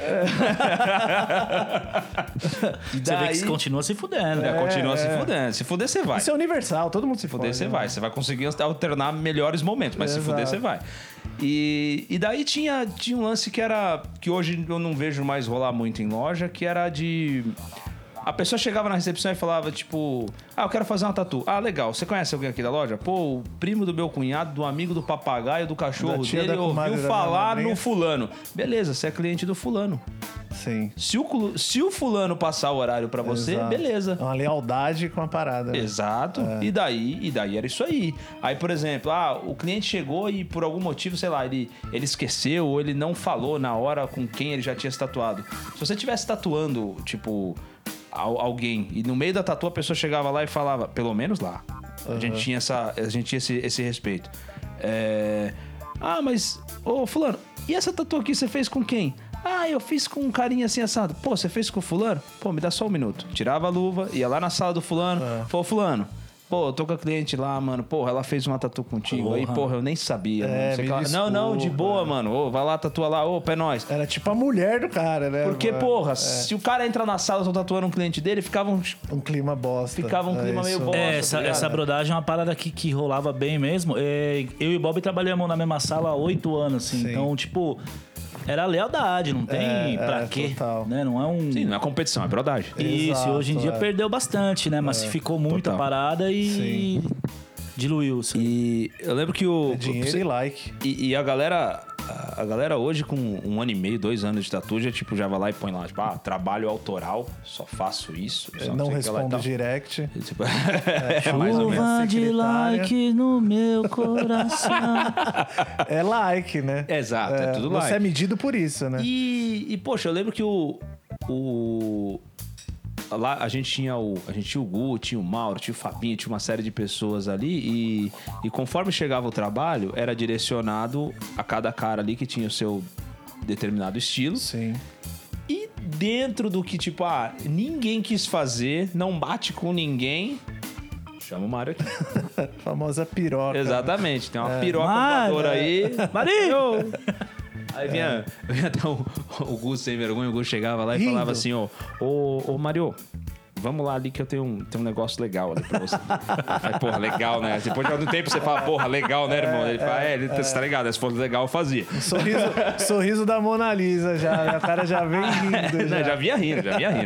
Você vê que continua se fudendo. Continua se fudendo. Se fuder, você vai. Isso é universal, todo mundo se fuder, fode, você né? vai. Você vai conseguir alternar melhores momentos, mas se fuder, você vai. E daí tinha um lance que hoje eu não vejo mais rolar muito em loja, que era de... A pessoa chegava na recepção e falava, tipo... eu quero fazer uma tatu. Legal. Você conhece alguém aqui da loja? Pô, o primo do meu cunhado, do amigo do papagaio, do cachorro dele, ouviu falar no fulano. Beleza, você é cliente do fulano. Sim. Se o fulano passar o horário pra você, beleza. É uma lealdade com a parada. Né? Exato. E daí era isso aí. Aí, por exemplo, o cliente chegou e por algum motivo, sei lá, ele esqueceu ou ele não falou na hora com quem ele já tinha se tatuado. Se você estivesse tatuando, tipo... alguém, e no meio da tatu a pessoa chegava lá e falava, pelo menos lá, a gente tinha esse respeito. Mas, fulano, e essa tatu aqui você fez com quem? Eu fiz com um carinha assim assado. Pô, você fez com o fulano? Pô, me dá só um minuto. Tirava a luva, ia lá na sala do fulano, falou, fulano, pô, eu tô com a cliente lá, mano. Porra, ela fez uma tatu contigo. Aí, porra, eu nem sabia, mano. Não, de boa, mano. Vai lá, tatua lá. Pé nós. Era tipo a mulher do cara, né? Porque, porra, se o cara entra na sala e tô tatuando um cliente dele, ficava um clima bosta. Ficava um clima meio bosta. Essa brodagem é uma parada que rolava bem mesmo. Eu e o Bob trabalhamos na mesma sala há 8 anos, assim. Sim. Então, tipo... Era lealdade, não tem pra quê, né? Não é um... Sim, não é competição, é brodagem. Isso, exato, hoje em dia perdeu bastante, né? Massificou muito a parada e diluiu. Assim. E eu lembro que o... dinheiro e like. E a galera hoje com 1 ano e meio, 2 anos de tatu, já vai lá e põe lá, tipo, trabalho autoral, só faço isso. Não respondo direct. Tipo, chuva de like no meu coração. É like, né? Exato, é tudo like. Você é medido por isso, né? E poxa, eu lembro que lá a gente tinha o Gu, tinha o Mauro, tinha o Fabinho, tinha uma série de pessoas ali e conforme chegava o trabalho, era direcionado a cada cara ali que tinha o seu determinado estilo. Sim. E dentro do que, tipo, ninguém quis fazer, não bate com ninguém... Chama o Mário aqui. Famosa piroca. Exatamente, tem uma piroca voadora aí. Marinho! Aí vinha até o Gu sem vergonha, o Gu chegava lá e falava assim, ô Mario, vamos lá ali que eu tenho um negócio legal ali pra você. Aí, porra, legal, né? Depois de algum tempo você fala, porra, legal, né, irmão? Ele fala, você tá ligado, se for legal eu fazia. Sorriso da Mona Lisa já, o cara já vem rindo. Não, já vinha rindo.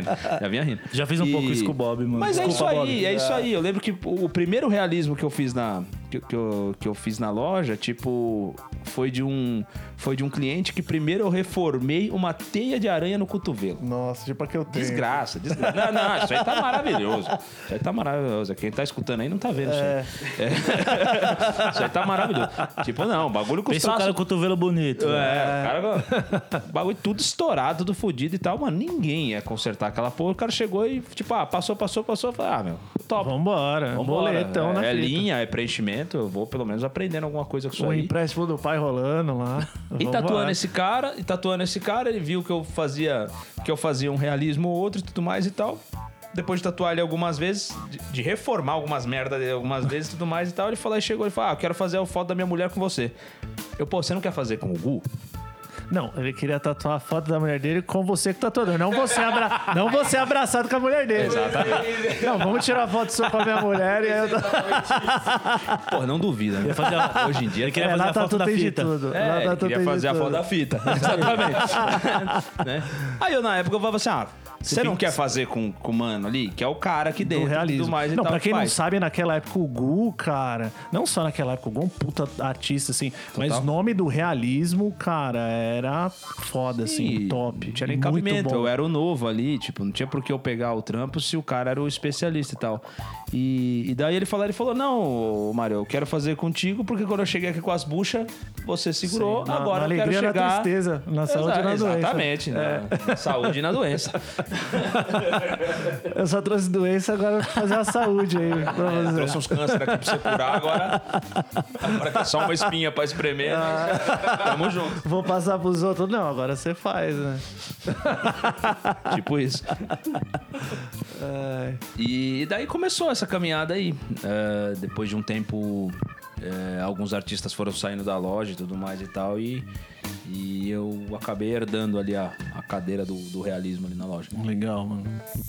Já fiz um pouco isso com o Bob, mano. Mas desculpa, é isso aí. Eu lembro que o primeiro realismo que eu fiz que eu fiz na loja, tipo, foi de um cliente que primeiro eu reformei uma teia de aranha no cotovelo. Nossa, tipo que eu tenho. Desgraça. Não, isso aí tá maravilhoso. Isso aí tá maravilhoso. Quem tá escutando aí não tá vendo isso aí. Isso aí tá maravilhoso. Tipo, não, bagulho com os traços... Pensa o cara com o cotovelo bonito. O cara... Bagulho tudo estourado, tudo fodido e tal. Mano, ninguém ia consertar aquela porra. O cara chegou e, tipo, passou. Eu falei, meu, top. Vambora. Boletão na fita. Linha, é preenchimento. Eu vou pelo menos aprendendo alguma coisa com isso aí. O empréstimo do pai rolando lá. E tatuando esse cara, ele viu que eu fazia um realismo ou outro e tudo mais e tal. Depois de tatuar ele algumas vezes, de reformar algumas merdas algumas vezes e tudo mais e tal, ele chegou e falou, eu quero fazer a foto da minha mulher com você. Você não quer fazer com o Gu? Não, ele queria tatuar a foto da mulher dele com você que tatuador. Não você abraçado com a mulher dele. Exatamente. Não, vamos tirar a foto sua com a minha mulher e aí eu... Porra, não duvida, né? Hoje em dia... Ele queria fazer a foto da fita. Ele queria fazer a foto da fita. Exatamente. Né? Aí eu, na época, eu falava assim, Você não quer fazer com o mano ali, que é o cara aqui dentro do realismo. e tudo mais e não, tal. pra quem não faz. sabe, naquela época o Gu, cara, não só naquela época, o Gu é um puta artista, assim, mas o nome do realismo, cara, era foda, assim, top. Não tinha nem Muito cabimento, bom. eu era o novo ali, tipo, não tinha por que eu pegar o trampo se o cara era o especialista e tal. E daí ele falou, não, Mário, eu quero fazer contigo, porque quando eu cheguei aqui com as buchas, você segurou, Sim, na agora eu quero alegria, chegar... na tristeza, na saúde e na doença. Exatamente, na saúde e na doença. Eu só trouxe doença, agora eu vou fazer a saúde aí. Pra você. Trouxe uns câncer aqui pra você curar, agora que é só uma espinha pra espremer, né? Tamo junto. Vou passar pros outros. Não, agora você faz, né? Tipo isso. E daí começou essa caminhada aí. Depois de um tempo, alguns artistas foram saindo da loja e tudo mais e tal. E eu acabei herdando ali a cadeira do realismo ali na loja. Legal, mano.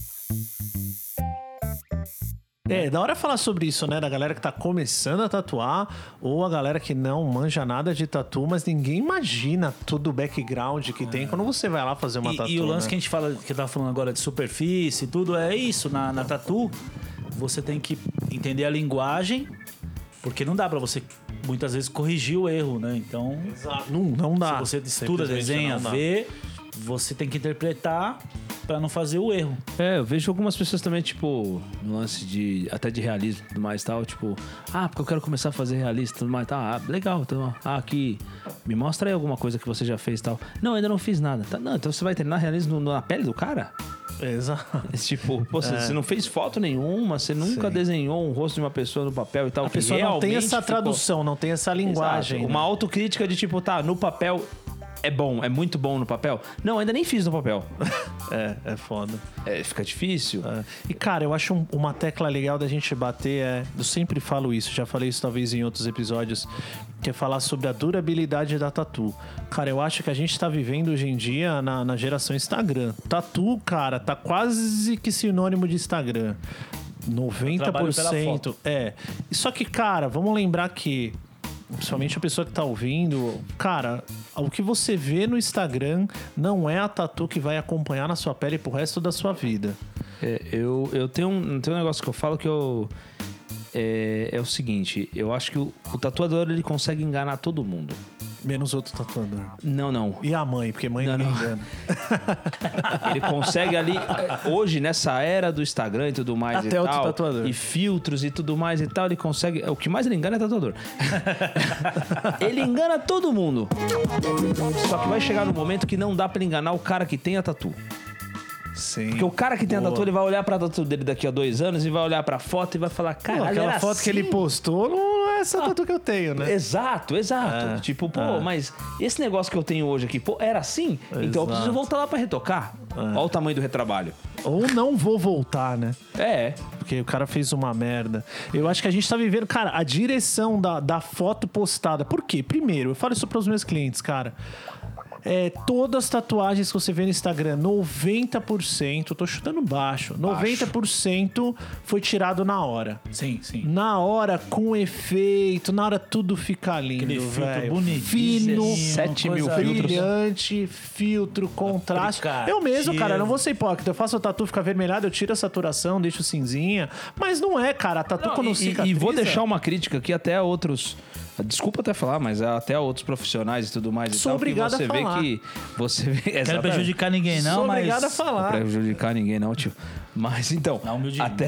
Da hora falar sobre isso, né? Da galera que tá começando a tatuar ou a galera que não manja nada de tatu, mas ninguém imagina todo o background que tem quando você vai lá fazer uma tatu. E o lance né? que a gente fala, que eu tava falando agora de superfície e tudo, é isso. Na tatu, você tem que entender a linguagem, porque não dá pra você, muitas vezes, corrigir o erro, né? Então, Exato. Não dá. se você estuda, Simplesmente desenha, não dá. vê, você tem que interpretar pra não fazer o erro. Eu vejo algumas pessoas também, tipo, no lance até de realismo e tudo mais e tal, tipo, porque eu quero começar a fazer realista e tudo mais e tal. Legal, então, aqui, me mostra aí alguma coisa que você já fez e tal. Não, ainda não fiz nada. Tá, não, então você vai treinar realismo na pele do cara? Exato. Tipo, você não fez foto nenhuma, você nunca desenhou um rosto de uma pessoa no papel e tal. A pessoa não tem essa tradução, não tem essa linguagem. Exato. né? Uma autocrítica de tipo, no papel é bom, é muito bom no papel. Não, ainda nem fiz no papel. É foda. Fica difícil. E, cara, eu acho uma tecla legal da gente bater, eu sempre falo isso, já falei isso talvez em outros episódios, que é falar sobre a durabilidade da tatu. Cara, eu acho que a gente tá vivendo hoje em dia na geração Instagram. Tatu, cara, tá quase que sinônimo de Instagram. 90%. Só que, cara, vamos lembrar que principalmente a pessoa que tá ouvindo, cara, o que você vê no Instagram não é a tatu que vai acompanhar na sua pele pro resto da sua vida. Eu tenho um negócio que eu falo que é o seguinte, eu acho que o tatuador ele consegue enganar todo mundo. Menos outro tatuador. Não. E a mãe, porque mãe não engana. Ele consegue ali, hoje, nessa era do Instagram e tudo mais Até e outro tal, tatuador. e filtros e tudo mais e tal, ele consegue... O que mais ele engana é tatuador. Ele engana todo mundo. Só que vai chegar no momento que não dá pra ele enganar o cara que tem a tatu. Sim. Porque o cara que tem a tatu, ele vai olhar pra tatu dele daqui a 2 anos e vai olhar pra foto e vai falar, Pô, caralho, aquela era foto que ele assim? postou não é essa tatu que eu tenho, né? Exato. Tipo, mas esse negócio que eu tenho hoje aqui, era assim? Então eu preciso voltar lá pra retocar. Olha o tamanho do retrabalho. Ou não vou voltar, né? É. Porque o cara fez uma merda. Eu acho que a gente tá vivendo... Cara, a direção da foto postada. Por quê? Primeiro, eu falo isso pros meus clientes, cara. Todas as tatuagens que você vê no Instagram, 90%, eu tô chutando baixo, 90% foi tirado na hora. Sim. Na hora, com efeito, na hora tudo fica lindo, Aquele filtro velho. bonitinho, Fino, 7 mil coisa filtros. brilhante, filtro, contraste. Aplicativo. Eu mesmo, cara, não vou ser hipócrita. Eu faço a tatu ficar avermelhada, eu tiro a saturação, deixo cinzinha. Mas não é, cara. A tatu quando cicatriza... E vou deixar uma crítica aqui até a outros... Desculpa até falar, mas até a outros profissionais e tudo mais. Sou e tal, obrigado que a falar. Você vê Quero exatamente. prejudicar ninguém, não, Sou mas... obrigado a Não falar. prejudicar ninguém, não, tio. Mas então. Na humildade, até...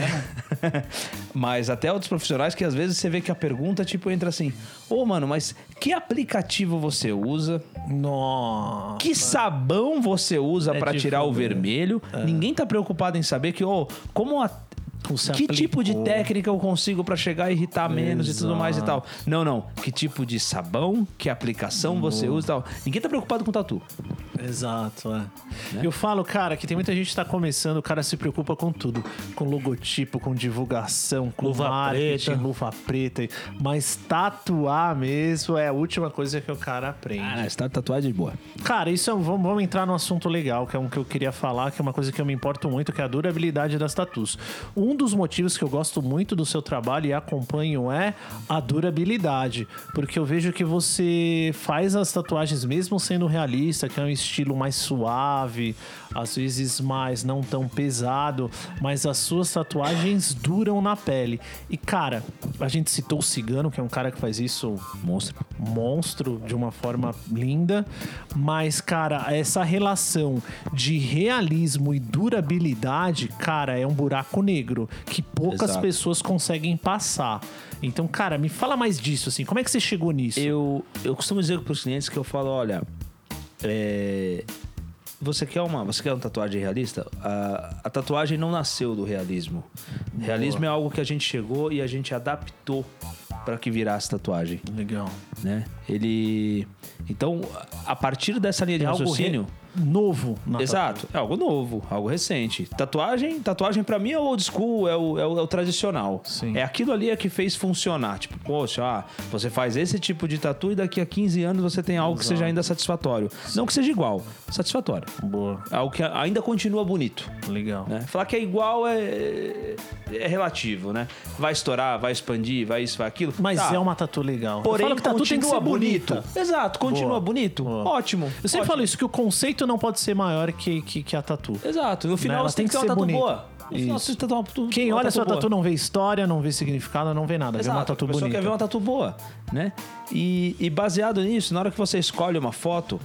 Mas até outros profissionais que às vezes você vê que a pergunta tipo entra assim: mano, mas que aplicativo você usa? Nossa. Que sabão você usa pra de tirar o fuder. vermelho? Ninguém tá preocupado em saber que, como Você que tipo de aplicou. técnica eu consigo pra chegar a irritar menos e tudo mais e tal. Não. Que tipo de sabão, que aplicação você usa e tal. Ninguém tá preocupado com tatu. Exato, Eu falo, cara, que tem muita gente que tá começando, o cara se preocupa com tudo. Com logotipo, com divulgação, com Luva marketing, preta. luva preta. Mas tatuar mesmo é a última coisa que o cara aprende. Você tá tatuado de boa. Cara, vamos entrar num assunto legal, que é um que eu queria falar, que é uma coisa que eu me importo muito, que é a durabilidade das tatus. Um dos motivos que eu gosto muito do seu trabalho e acompanho é a durabilidade. Porque eu vejo que você faz as tatuagens mesmo sendo realista, que é um estilo estilo mais suave, às vezes mais não tão pesado, mas as suas tatuagens duram na pele. E, cara, a gente citou o Cigano, que é um cara que faz isso monstro de uma forma linda, mas, cara, essa relação de realismo e durabilidade, cara, é um buraco negro que poucas Exato. pessoas conseguem passar. Então, cara, me fala mais disso, assim, como é que você chegou nisso? Eu costumo dizer para os clientes que eu falo, olha, você quer uma tatuagem realista? A tatuagem não nasceu do realismo. Realismo é algo que a gente chegou e a gente adaptou para que virasse tatuagem, Legal. né? Então, a partir dessa linha de É algo raciocínio, novo na exato, é algo novo, algo recente. Tatuagem para mim é o old school, é o tradicional. Sim. É aquilo ali que fez funcionar. Tipo, poxa, você faz esse tipo de tatu e daqui a 15 anos você tem algo que seja ainda satisfatório. Não que seja igual, satisfatório. Boa, Algo que ainda continua bonito. legal. Né? Falar que é igual é relativo, né? Vai estourar, vai expandir, vai isso, vai aquilo. Mas Tá. é uma tatu legal. Porém, eu falo que tatu tem que continua ser bonita. bonito. Exato, continua Boa, bonito. boa. Ótimo. Eu sempre ótimo. falo isso, que o conceito não pode ser maior que a tatu. Exato. No final Ela você tem que ter uma ser tatu bonita. boa. No final Isso. você tem que ter uma tatu- Quem uma olha sua boa. tatu não vê história, não vê significado, não vê nada. Vê uma tatu a pessoa bonita. quer ver uma tatu boa, né? E baseado nisso, na hora que você escolhe uma foto,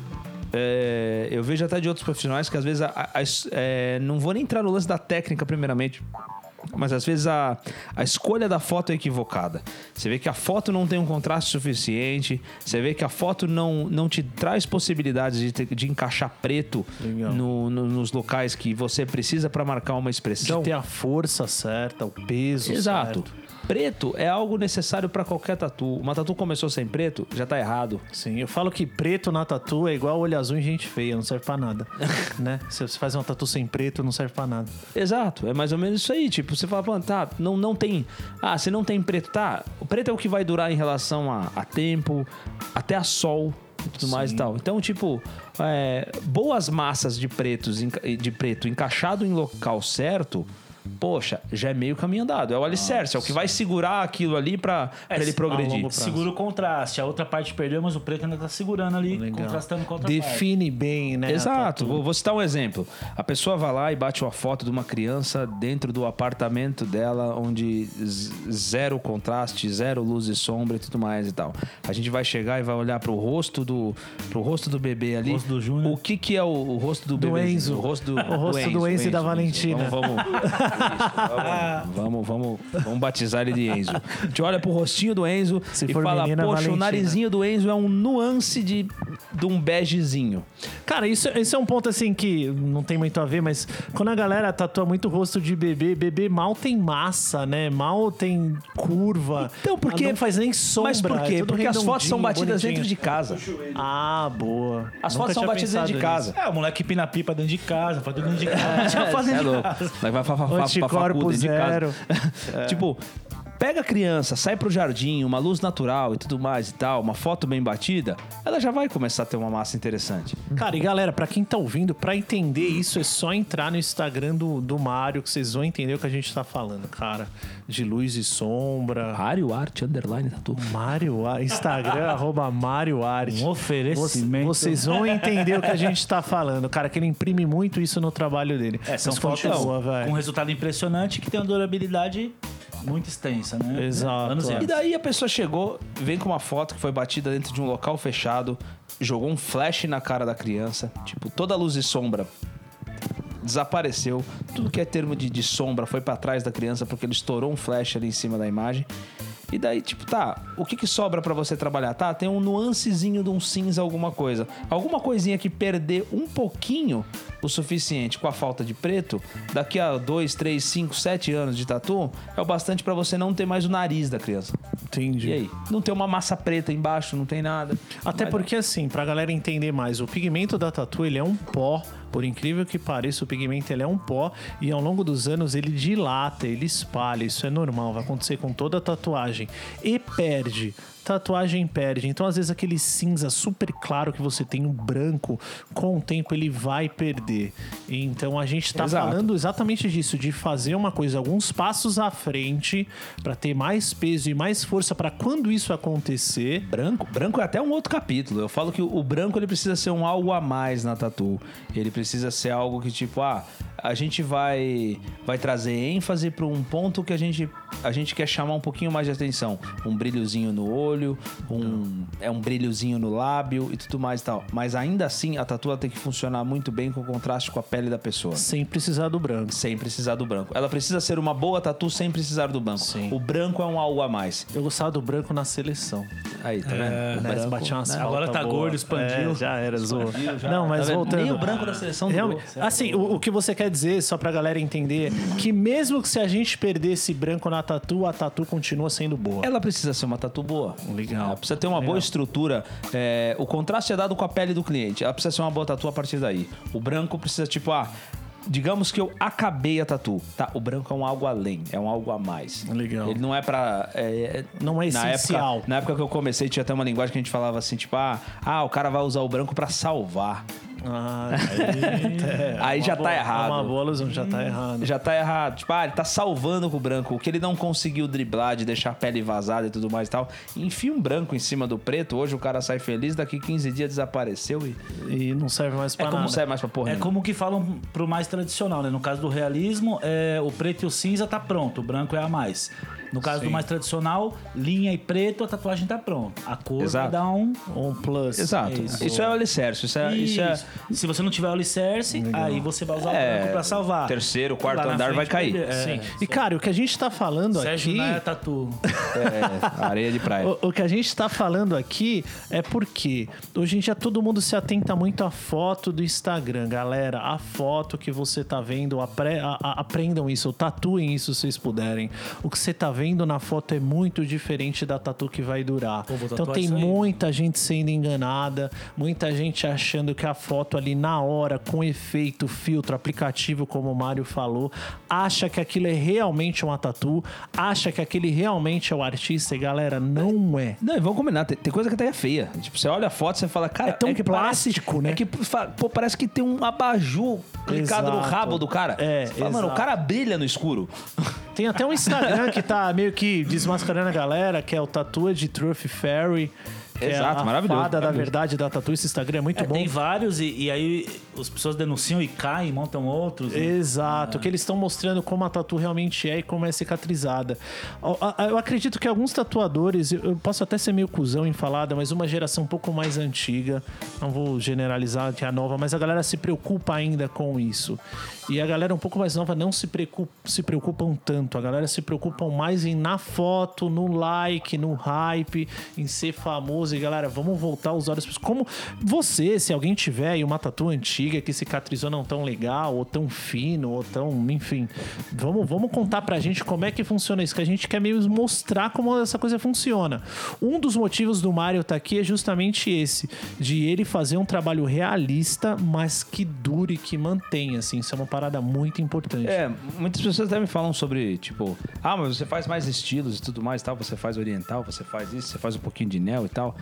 eu vejo até de outros profissionais que às vezes não vou nem entrar no lance da técnica primeiramente, mas às vezes a escolha da foto é equivocada. Você vê que a foto não tem um contraste suficiente, você vê que a foto não te traz possibilidades de encaixar preto Legal. nos locais que você precisa para marcar uma De expressão. ter a força certa, o peso Exato. certo. Preto é algo necessário para qualquer tatu. Uma tatu começou sem preto, já tá errado. Sim, eu falo que preto na tatu é igual olho azul em gente feia, não serve pra nada. Né? Se você faz uma tatu sem preto, não serve pra nada. Exato, é mais ou menos isso aí. Tipo, você fala, tá, não tem. Ah, se não tem preto, tá. O preto é o que vai durar em relação a tempo, até a sol e tudo mais e tal. Então, tipo, boas massas de preto encaixado em local certo. Poxa, já é meio caminho andado. É o alicerce, é o que vai segurar aquilo ali pra ele progredir. longo prazo. Segura o contraste. A outra parte perdeu, mas o preto ainda tá segurando ali, Legal. contrastando com a outra parte. Define bem, né? a Exato, tatu. vou citar um exemplo. A pessoa vai lá e bate uma foto de uma criança dentro do apartamento dela, onde zero contraste, zero luz e sombra e tudo mais e tal. A gente vai chegar e vai olhar pro rosto do bebê ali. Rosto do Júnior. O que é o rosto do Do bebê? Enzo. O rosto do Enzo e da Valentina. Vamos batizar ele de Enzo. A gente olha pro rostinho do Enzo Se e for fala, menina, poxa, Valentina. o narizinho do Enzo é um nuance de um begezinho. Cara, isso é um ponto assim que não tem muito a ver, mas quando a galera tatua muito o rosto de bebê mal tem massa, né? Mal tem curva. Então, porque... Não faz nem sombra. Mas por quê? é tudo Porque as fotos são redondinho, batidas bonitinho. dentro de casa. Ah, boa. As Nunca fotos são tinha batidas dentro de pensado casa. O moleque pina pipa dentro de casa, faz tudo dentro de casa. Já faz É dentro de louco. casa. Vai pra facu Anticorpo dentro de zero. casa. Tipo, pega a criança, sai pro jardim, uma luz natural e tudo mais e tal, uma foto bem batida, ela já vai começar a ter uma massa interessante. Cara, e galera, pra quem tá ouvindo, pra entender isso, é só entrar no Instagram do Mário, que vocês vão entender o que a gente tá falando, cara. De luz e sombra. Mário Art _ tatu. Mário Art, Instagram, @MárioArt. Um oferecimento. Vocês vão entender o que a gente tá falando, cara, que ele imprime muito isso no trabalho dele. São Mas fotos continua, com velho. resultado impressionante que tem uma durabilidade muito extensa, né? Exato. Anos e E anos. daí a pessoa chegou, vem com uma foto que foi batida dentro de um local fechado, jogou um flash na cara da criança, tipo, toda a luz e sombra desapareceu, tudo que é termo de sombra foi pra trás da criança porque ele estourou um flash ali em cima da imagem. E daí, tipo, tá, o que sobra pra você trabalhar? Tá, tem um nuancezinho de um cinza, alguma coisa. Alguma coisinha que perder um pouquinho o suficiente com a falta de preto, daqui a 2, 3, 5, 7 anos de tatu, é o bastante pra você não ter mais o nariz da criança. Entendi. E aí? Não tem uma massa preta embaixo, não tem nada. Até Mas- porque, assim, pra galera entender mais, o pigmento da tatu, ele é um pó Por incrível que pareça, o pigmento ele é um pó e ao longo dos anos ele dilata, ele espalha. Isso é normal, vai acontecer com toda a tatuagem. E perde. Tatuagem perde. Então, às vezes, aquele cinza super claro que você tem, um branco, com o tempo ele vai perder. Então, a gente tá falando exatamente disso, de fazer uma coisa alguns passos à frente para ter mais peso e mais força para quando isso acontecer. Branco é até um outro capítulo. Eu falo que o branco ele precisa ser um algo a mais na tatu. Ele precisa ser algo que, tipo, a gente vai trazer ênfase para um ponto que a gente quer chamar um pouquinho mais de atenção. Um brilhozinho no olho, um brilhozinho no lábio e tudo mais e tal. Mas ainda assim, a tatu tem que funcionar muito bem com contraste com a pele da pessoa. Sem precisar do branco. Sem precisar do branco. Ela precisa ser uma boa tatu sem precisar do branco. Sim. O branco é um algo a mais. Eu gostava do branco na seleção. Aí, tá vendo? O branco, batia umas agora tá boa. gordo, expandiu. Já era, zoou. Não, mas Tá vendo? voltando. Nem o branco da seleção durou. Assim, o que você quer dizer, só pra galera entender, que mesmo que se a gente perder esse branco na tatu, a tatu continua sendo boa. Ela precisa ser uma tatu boa. Legal. Ela precisa ter uma boa estrutura. O contraste é dado com a pele do cliente. Ela precisa ser uma boa tatu a partir daí. O branco precisa, tipo, digamos que eu acabei a tatu, tá? O branco é um algo além, é um algo a mais. Legal. Ele não é pra... Não é essencial. Na época que eu comecei, tinha até uma linguagem que a gente falava assim, tipo, o cara vai usar o branco pra salvar. Aí já tá errado. É uma boa alusão, já tá errado. Já tá errado. Tipo, ele tá salvando com o branco. O que ele não conseguiu driblar, de deixar a pele vazada e tudo mais e tal. Enfia um branco em cima do preto. Hoje o cara sai feliz, daqui 15 dias desapareceu e não serve mais pra nada. Não serve mais pra porra. É como que falam pro mais tradicional, né? No caso do realismo, o preto e o cinza tá pronto, o branco é a mais. No caso do mais tradicional, linha e preto, a tatuagem tá pronta. A cor vai dar um plus. Exato. Isso é o alicerce. Isso é... Se você não tiver o alicerce, aí você vai usar o branco pra salvar. Terceiro, quarto Lá na andar frente vai cair. Sim. E, cara, o que a gente tá falando Sérgio aqui... Naia Tatu. Areia de praia. O que a gente tá falando aqui é porque hoje em dia todo mundo se atenta muito à foto do Instagram. Galera, a foto que você tá vendo, aprendam isso, tatuem isso se vocês puderem. O que você tá vendo na foto é muito diferente da tatu que vai durar. Então tem muita gente sendo enganada, muita gente achando que a foto ali na hora, com efeito, filtro, aplicativo, como o Mário falou, acha que aquilo é realmente uma tatu, acha que aquele realmente é o artista, e galera, não é. Não, e vamos combinar, tem coisa que até é feia. Tipo, você olha a foto e você fala, cara, é tão que plástico, parece, né? É que, pô, parece que tem um abajur clicado no rabo do cara. Você fala, mano, o cara brilha no escuro. Tem até um Instagram que tá meio que desmascarando a galera, que é o Tattooed Truth Fairy. Exato, a maravilhoso. fada da verdade da tatu. Esse Instagram é muito bom. Tem vários e aí as pessoas denunciam e caem, montam outros. Exato, que eles estão mostrando como a tatu realmente é e como é cicatrizada. Eu acredito que alguns tatuadores, eu posso até ser meio cuzão em falada, mas uma geração um pouco mais antiga, não vou generalizar que é a nova, mas a galera se preocupa ainda com isso. E a galera um pouco mais nova não se preocupam tanto. A galera se preocupa mais na foto, no like, no hype, em ser famoso. E galera, vamos voltar os olhos. Como você, se alguém tiver aí uma tatu antiga que cicatrizou não tão legal, ou tão fino, ou tão... Enfim, vamos contar pra gente como é que funciona isso, que a gente quer meio mostrar como essa coisa funciona. Um dos motivos do Mário tá aqui é justamente esse, de ele fazer um trabalho realista, mas que dure, que mantenha, assim. Isso é uma parada muito importante. Muitas pessoas até me falam sobre, tipo, mas você faz mais estilos e tudo mais, tal, você faz oriental, você faz isso, você faz um pouquinho de neo e tal.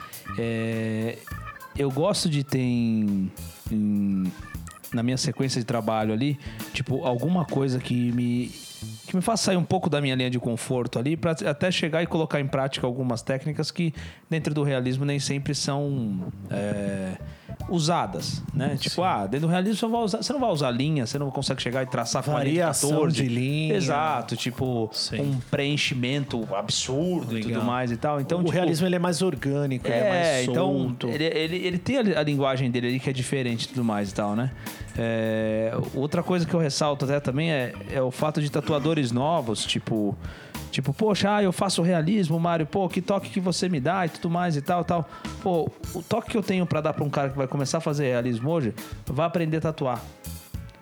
Eu gosto de ter na minha sequência de trabalho ali, tipo, alguma coisa que me faça sair um pouco da minha linha de conforto ali, pra até chegar e colocar em prática algumas técnicas que dentro do realismo nem sempre são usadas, né? Tipo, dentro do realismo você não vai usar linha, você não consegue chegar e traçar com a linha 14 de linha. Exato, tipo, um preenchimento absurdo e tudo mais e tal. Então, o realismo ele é mais orgânico, ele é mais solto. Então, ele tem a linguagem dele ali que é diferente e tudo mais e tal, né? Outra coisa que eu ressalto até também é o fato de tatuadores novos, tipo, poxa, eu faço realismo, Mário, que toque que você me dá e tudo mais e tal. Pô, o toque que eu tenho pra dar pra um cara que vai começar a fazer realismo hoje, vai aprender a tatuar.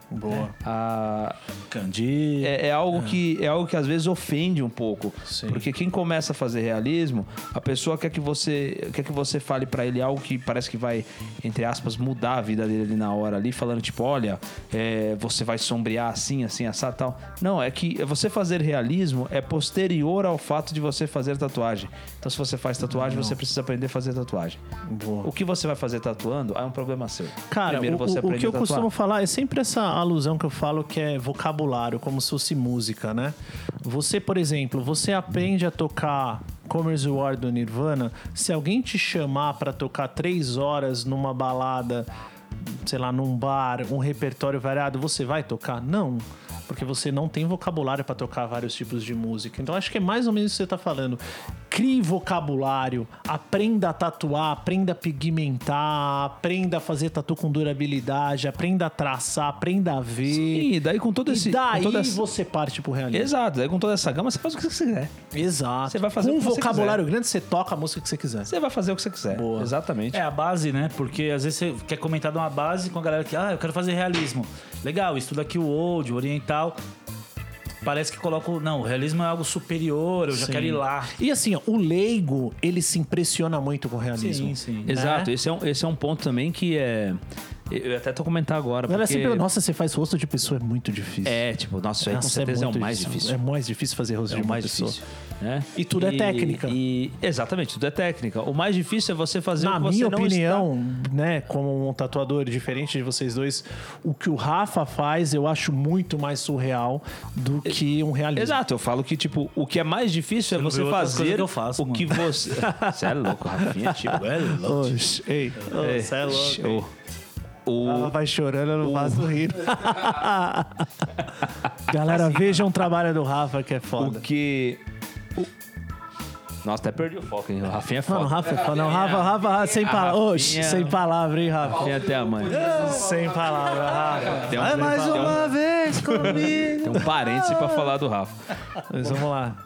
Boa. Candi. É algo que às vezes ofende um pouco. Sim. Porque quem começa a fazer realismo, a pessoa quer que você fale pra ele algo que parece que vai, entre aspas, mudar a vida dele ali na hora ali, falando tipo, olha, você vai sombrear assim, assado e tal. Não, é que você fazer realismo é posterior ao fato de você fazer tatuagem. Então se você faz tatuagem, você precisa aprender a fazer tatuagem. Boa. O que você vai fazer tatuando é um problema seu. Cara, Primeiro você o aprende que eu a tatuar. costumo falar é sempre essa alusão que eu falo que é vocabulário, como se fosse música, né? Você, por exemplo, você aprende a tocar Commerce War do Nirvana, se alguém te chamar pra tocar 3 horas numa balada, sei lá, num bar, um repertório variado, você vai tocar? Não. Porque você não tem vocabulário pra tocar vários tipos de música. Então acho que é mais ou menos isso que você tá falando. Crie vocabulário, aprenda a tatuar, aprenda a pigmentar, aprenda a fazer tatu com durabilidade, aprenda a traçar, aprenda a ver. Sim, e daí com todo esse... E daí com toda essa... você parte pro realismo. Exato, daí com toda essa gama você faz o que você quiser. Exato. Você vai fazer com o que um você vocabulário grande, você toca a música que você quiser. Você vai fazer o que você quiser. Boa. Exatamente. É a base, né? Porque às vezes você quer comentar de uma base com a galera que, eu quero fazer realismo. Legal, estuda aqui o old, o oriental. Parece que coloca... Não, o realismo é algo superior, eu já Sim. quero ir lá. E assim, ó, o leigo, ele se impressiona muito com o realismo. Sim. Exato, né? esse é um ponto também que é... Eu até tô comentar agora, Ela é porque... sempre, nossa, você faz rosto de pessoa, é muito difícil. tipo, nossa, isso aí com Nossa, certeza é o muito mais difícil. É mais difícil fazer rosto É de o uma mais pessoa. difícil. Né? E tudo é técnica. Exatamente, tudo é técnica. O mais difícil é você fazer Na o que você minha não opinião, né, como um tatuador diferente de vocês dois, o que o Rafa faz eu acho muito mais surreal do que um realismo. Exato, eu falo que, tipo, o que é mais difícil é não você vê outras coisas fazer que eu faço, o que você... Você é louco, Rafinha, tipo... Oxe, ei, você é louco. Ela vai chorando, eu não faço rir. Galera, vejam o trabalho do Rafa, que é foda. O que... Nossa, até perdi o foco, hein? O Rafinha é foda. Mano, Rafa é foda. Não, Rafa, sem palavras. Oxe, sem palavra, hein, Rafa? Rafinha até a mãe. Sem palavra, Rafa. Tem um- Vai mais tem um- uma vez comigo. Tem um parêntese pra falar do Rafa. Mas vamos lá.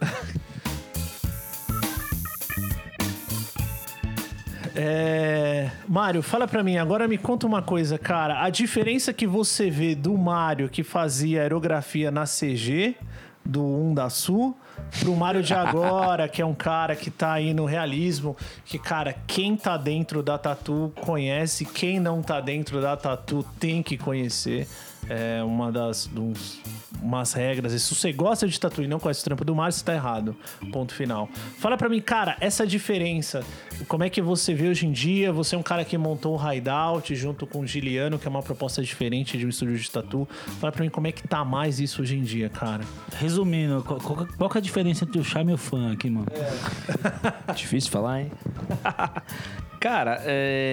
Mário, fala pra mim, agora me conta uma coisa, cara. A diferença que você vê do Mário que fazia aerografia na CG, do 1 da Sul, pro Mário de agora, que é um cara que tá aí no realismo, que, cara, quem tá dentro da tatu conhece, quem não tá dentro da tatu tem que conhecer. É umas regras. E se você gosta de tatu e não conhece o trampo do Mário, você tá errado. Ponto final. Fala pra mim, cara, essa diferença, como é que você vê hoje em dia? Você é um cara que montou o Hideout junto com o Giliano, que é uma proposta diferente de um estúdio de tatu. Fala pra mim como é que tá mais isso hoje em dia, cara. Resumindo, qual que é a diferença entre o charme e o funk, mano? Difícil falar, hein? Cara,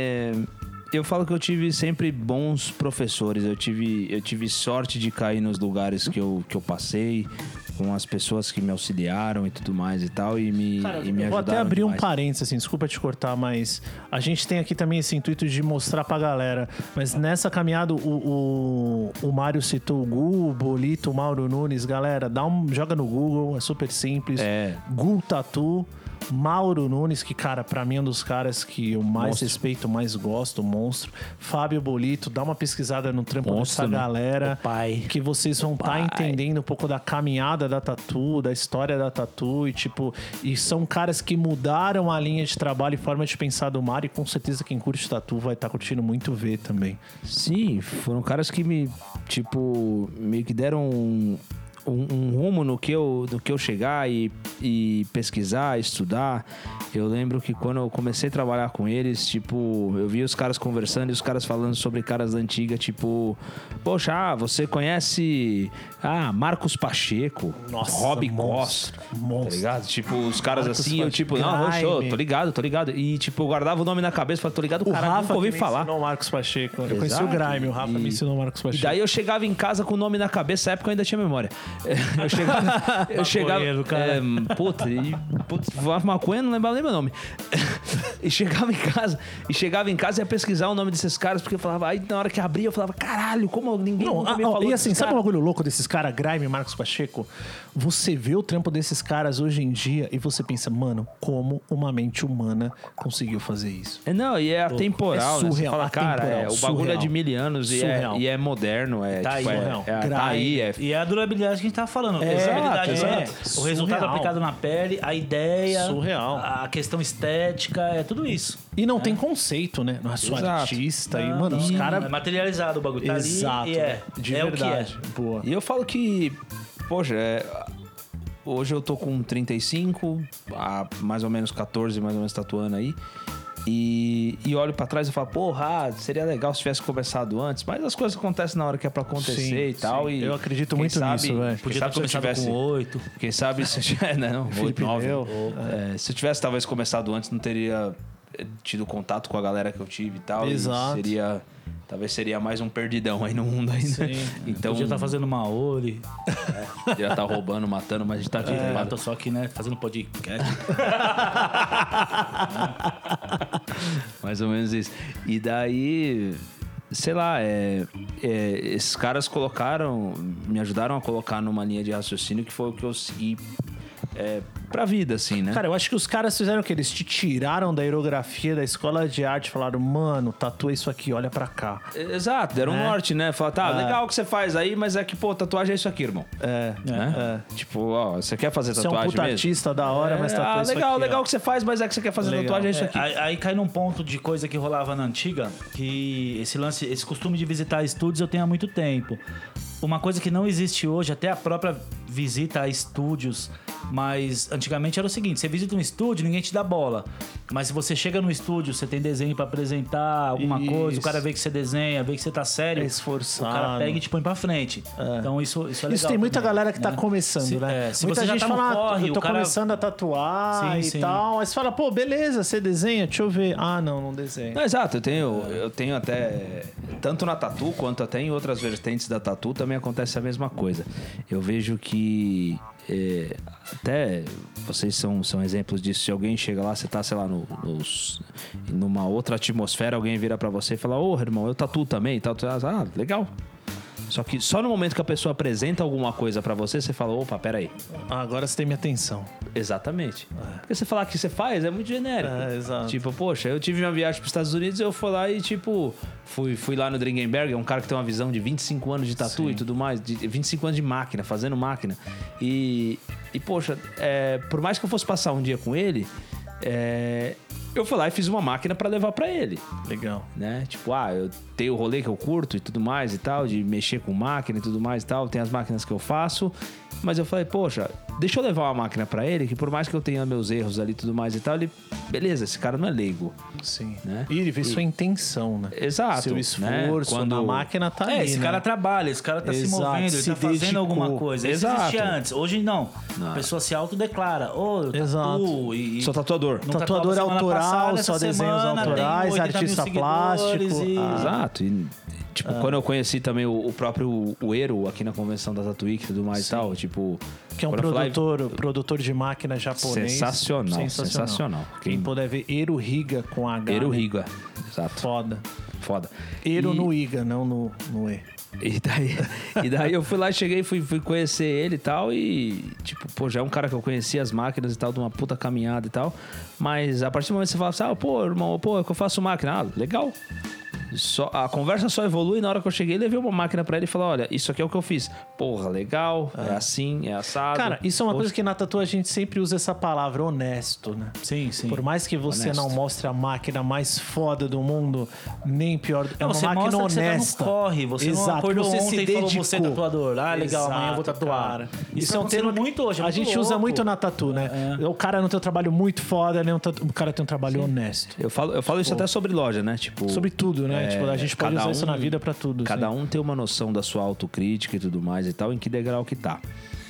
eu falo que eu tive sempre bons professores. Eu tive sorte de cair nos lugares que eu passei, com as pessoas que me auxiliaram e tudo mais e tal, e me ajudaram. Eu vou até abrir demais. um parênteses, assim, desculpa te cortar, mas a gente tem aqui também esse intuito de mostrar pra galera. Mas nessa caminhada, o Mário citou o Gu, o Bolito, o Mauro Nunes. Galera, joga no Google, é super simples. Gu Tatu. Mauro Nunes, que, cara, pra mim é um dos caras que eu mais respeito, mais gosto, monstro. Fábio Bolito, dá uma pesquisada no trampo dessa galera. pai. Que vocês vão estar entendendo um pouco da caminhada da tatu, da história da tatu. E são caras que mudaram a linha de trabalho e forma de pensar do Mário. E com certeza quem curte tatu vai estar curtindo muito ver também. Sim, foram caras que meio que deram um rumo no que eu chegar e pesquisar, estudar. Eu lembro que quando eu comecei a trabalhar com eles, tipo, eu vi os caras conversando e os caras falando sobre caras da antiga, tipo, poxa, você conhece Marcos Pacheco, Rob Costa, tá ligado? Tipo, os caras Marcos assim, eu tipo, não, Grime. tô ligado. E tipo, eu guardava o nome na cabeça, falei, tô ligado, O cara, Rafa nunca ouvi que me falar. ensinou o Marcos Pacheco. Eu conheci o Exato. Grime, o Rafa me ensinou o Marcos E Pacheco. daí eu chegava em casa com o nome na cabeça, na época eu ainda tinha memória. Eu chegava. Maconheiro, cara. Putz, maconha, não lembrava nem meu nome. E chegava em casa e ia pesquisar o nome desses caras, porque eu falava, aí na hora que abria, eu falava, caralho, como ninguém nunca me falou e assim, desses sabe um caras? bagulho louco desses caras, Grime e Marcos Pacheco? Você vê o trampo desses caras hoje em dia e você pensa, mano, como uma mente humana conseguiu fazer isso? Não, e é atemporal, É né? Você surreal, fala, cara, atemporal, o bagulho é de surreal. 1000 anos Surreal. e é moderno, Tá aí, surreal. tá aí, E é a durabilidade que a gente tava falando. É, A durabilidade exato. o resultado Surreal. aplicado na pele, a ideia, Surreal. a questão estética, é tudo isso. E não tem conceito, né? Não é só Exato. artista. E, mano, os caras... É materializado o bagulho. Tá Exato. ali e é. De é verdade. o que é. Boa. E eu falo que, poxa, hoje eu tô com 35, há mais ou menos 14, mais ou menos tatuando aí. E olho pra trás e falo, porra, seria legal se tivesse começado antes. Mas as coisas acontecem na hora que é pra acontecer Sim, e tal. sim. E Eu acredito quem muito sabe- nisso, velho. Quem Podia sabe ter se eu começado tivesse... com 8. Quem sabe se eu não, 8, 9. Neo. Se eu tivesse talvez começado antes, não teria tido contato com a galera que eu tive e tal. Exato. E talvez seria mais um perdidão aí no mundo ainda. Então, Podia estar fazendo Maori. já tá roubando, matando, mas a gente tá aqui. Eu tô só aqui, né? Fazendo podcast. Mais ou menos isso. E daí, sei lá, esses caras me ajudaram a colocar numa linha de raciocínio que foi o que eu segui pra vida, assim, né? Cara, eu acho que os caras fizeram o quê? Eles te tiraram da aerografia da escola de arte e falaram, mano, tatua isso aqui, olha pra cá. Exato, deram um norte, né? Falaram, tá, legal o que você faz aí, mas é que, pô, tatuagem é isso aqui, irmão. Né? Tipo, ó, você quer fazer Você é um tatuagem puta mesmo? artista da hora, mas tatua isso legal, aqui. legal ó. o que você faz, mas é que você quer fazer Legal. tatuagem é isso aqui. Aí cai num ponto de coisa que rolava na antiga, que esse costume de visitar estúdios eu tenho há muito tempo. Uma coisa que não existe hoje, até a própria visita a estúdios, mas antigamente era o seguinte, você visita um estúdio, ninguém te dá bola. Mas se você chega no estúdio, você tem desenho pra apresentar, alguma coisa, o cara vê que você desenha, vê que você tá sério, É esforçado. o cara pega e te põe pra frente. Então isso é legal. Isso tem muita também, galera que tá né? começando, Se- né? se Muita você já gente tá no fala, corre, eu tô o cara- começando a tatuar Sim, e sim. tal. Aí você fala, pô, beleza, você desenha, deixa eu ver. Ah, não desenha. Não, exato, eu tenho até, tanto na tatu quanto até em outras vertentes da tatu também acontece a mesma coisa. Eu vejo que até vocês são exemplos disso. Se alguém chega lá, você tá, sei lá, numa outra atmosfera, alguém vira pra você e fala, ô, irmão, eu tatuo também e tal. Ah, legal. Só que só no momento que a pessoa apresenta alguma coisa pra você, você fala, opa, peraí. Agora você tem minha atenção. Exatamente. Porque você falar que você faz é muito genérico. Exato. Tipo, poxa, eu tive uma viagem pros Estados Unidos, eu fui lá e, tipo, fui lá no Dringenberg, é um cara que tem uma visão de 25 anos de tatu e tudo mais, de 25 anos de máquina, fazendo máquina. E poxa, por mais que eu fosse passar um dia com ele, eu fui lá e fiz uma máquina pra levar pra ele. Legal. Né? Tipo, eu tenho o rolê que eu curto e tudo mais e tal, de mexer com máquina e tudo mais e tal, tem as máquinas que eu faço, mas eu falei, poxa, deixa eu levar uma máquina pra ele, que por mais que eu tenha meus erros ali e tudo mais e tal, ele, beleza, esse cara não é leigo. Sim. Né? E ele vê sua intenção, né? Exato. Seu esforço Quando na máquina tá ali, Esse né? cara trabalha, esse cara tá se Exato, movendo, ele se tá fazendo dedicou. alguma coisa. Isso Exato. existia antes. Hoje não. A pessoa se autodeclara. Eu Exato. tatuo e Sou tatuador. não Tatuador tatuava semana autoral, passada, só essa desenhos semana tem autorais, 80 mil artista seguidores plástico. Exato. E, tipo, quando eu conheci também o próprio Ero aqui na convenção da Tatu Week e tudo mais e tal, tipo... Que é um quando eu falei- produtor de máquina japonês. Sensacional. Quem puder ver Ero Higa com H. Ero né? Higa. Exato. Foda. Foda. Ero E- no Iga, não no E. E daí eu fui lá, cheguei, fui conhecer ele e tal. E, tipo, pô, já é um cara que eu conhecia as máquinas e tal, de uma puta caminhada e tal. Mas a partir do momento que você fala assim, pô, irmão, pô, é que eu faço máquina. Legal. A conversa só evolui. Na hora que eu cheguei, levei uma máquina pra ele e falei, olha, isso aqui é o que eu fiz. Porra, legal, é assim, é assado. Cara, isso é uma coisa que na tatu a gente sempre usa essa palavra, honesto, né? Sim, sim. Por mais que você Honesto. não mostre a máquina mais foda do mundo, nem pior, é uma você máquina mostra que honesta. você tá no corre, você não Exato, acordou você ontem se e falou, dedicou. você é tatuador. Ah, legal, amanhã eu vou Exato, tatuar. cara. Isso é um tá termo acontecendo muito hoje, é a muito gente usa louco. muito na tatu, né? O cara não tem um trabalho muito foda, nem o cara tem um trabalho honesto. Eu falo isso até sobre loja, né? Tipo, Sobre tudo, né? Tipo, a gente pode usar isso na vida pra tudo. Cada assim. um tem uma noção da sua autocrítica e tudo mais e tal, em que degrau que tá.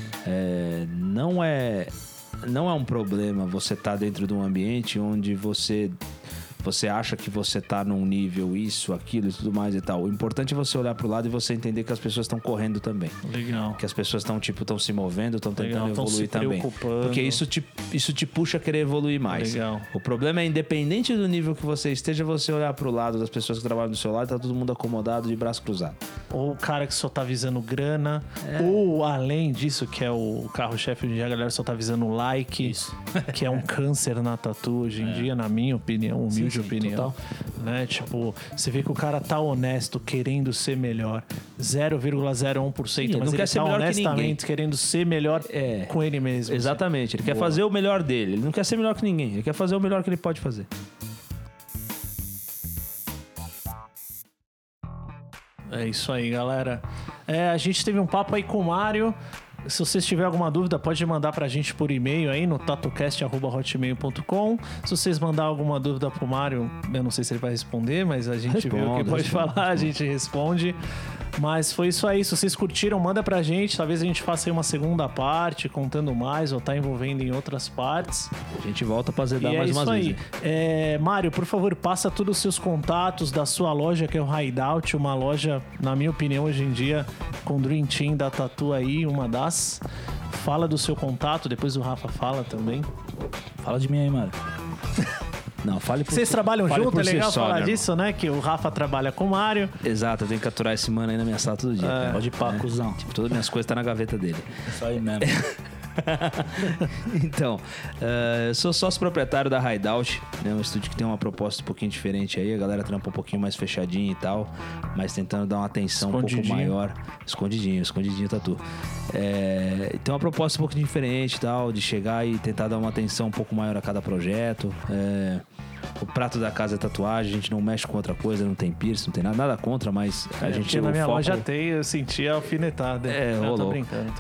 Não é um problema você estar dentro de um ambiente onde você você acha que você tá num nível isso, aquilo e tudo mais e tal. O importante é você olhar pro lado e você entender que as pessoas estão correndo também. Legal. Que as pessoas estão se movendo, estão tentando Legal, tão evoluir se também. preocupando. Porque isso te puxa a querer evoluir mais. Legal. O problema é, independente do nível que você esteja, você olhar pro lado das pessoas que trabalham do seu lado e tá todo mundo acomodado de braço cruzado. Ou o cara que só tá visando grana, ou além disso, que é o carro-chefe hoje em dia, a galera só tá visando like, que é um câncer na tatu hoje em dia, na minha opinião, humilde opinião. Né? Tipo, você vê que o cara tá honesto, querendo ser melhor, 0,01%, mas não ele quer ser tá melhor que honestamente ninguém. querendo ser melhor com ele mesmo. Exatamente. Ele quer fazer o melhor dele. Ele não quer ser melhor que ninguém. Ele quer fazer o melhor que ele pode fazer. É isso aí, galera. A gente teve um papo aí com o Mário. Se vocês tiverem alguma dúvida, pode mandar pra gente por e-mail aí no tatocast@hotmail.com. Se vocês mandar alguma dúvida pro Mário, eu não sei se ele vai responder, mas a gente vê o que pode falar, a gente responde. Mas foi isso aí. Se vocês curtiram, manda pra gente. Talvez a gente faça aí uma segunda parte, contando mais, ou tá envolvendo em outras partes. A gente volta pra zedar mais isso umas aí. vezes. Mário, por favor, passa todos os seus contatos da sua loja, que é o Hideout, uma loja, na minha opinião, hoje em dia, com Dream Team da Tatu aí, uma das. Fala do seu contato, depois o Rafa fala também. Fala de mim aí, Mário. Não, fale por Vocês trabalham fale junto, por é si legal só, falar né, disso, né? Que o Rafa trabalha com o Mário. Exato, eu tenho que capturar esse mano aí na minha sala todo dia. cara. Pode ir pá, cuzão. Tipo, todas as minhas coisas tá na gaveta dele. Isso aí mesmo. Então, eu sou sócio proprietário da Hideout, né? Um estúdio que tem uma proposta um pouquinho diferente aí. A galera trampa um pouquinho mais fechadinha e tal, mas tentando dar uma atenção um pouco maior. Escondidinho tatu. Tem uma proposta um pouco diferente e tal, de chegar e tentar dar uma atenção um pouco maior a cada projeto. O prato da casa é tatuagem, a gente não mexe com outra coisa, não tem piercing, não tem nada contra, mas a gente... Porque na minha loja tem, eu senti a alfinetada. Eu tô brincando.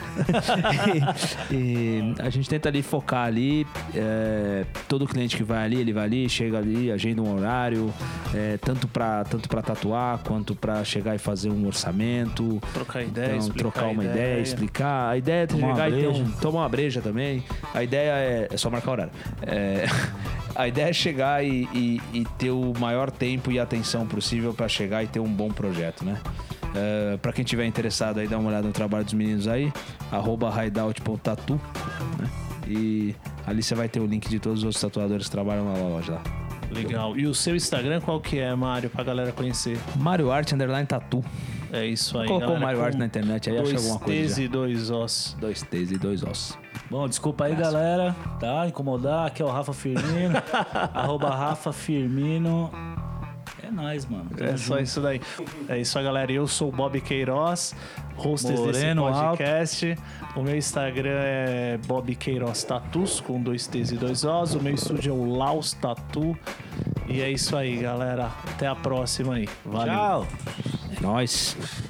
E a gente tenta ali focar ali, todo cliente que vai ali, ele vai ali, chega ali, agenda um horário, tanto pra tatuar, quanto pra chegar e fazer um orçamento. Trocar ideia, então, trocar uma ideia, explicar. A ideia é Tomar chegar uma e tomar uma breja também. A ideia é só marcar horário. A ideia é chegar e ter o maior tempo e atenção possível pra chegar e ter um bom projeto, né? Pra quem tiver interessado aí, dá uma olhada no trabalho dos meninos aí, @hideout.tatu, né? E ali você vai ter o link de todos os outros tatuadores que trabalham na loja lá. Legal. E o seu Instagram qual que é, Mário, pra galera conhecer? Mario Art _tatu. É isso aí, Colocou galera, Mario Art na internet aí, acha alguma coisa. 2 T's e 2 Os. 2 T's e 2 Os. Bom, desculpa aí, galera, tá? Incomodar. Aqui é o Rafa Firmino. @Rafa Firmino. É nóis, mano. É só isso daí. É isso aí, galera. Eu sou o Bob Queiroz, hostess Moreno, desse podcast. O meu Instagram é Bob Queiroz Tatus, com 2 T's e 2 Os. O meu estúdio é o Laus Tatu. E é isso aí, galera. Até a próxima aí. Valeu. Tchau. É nóis.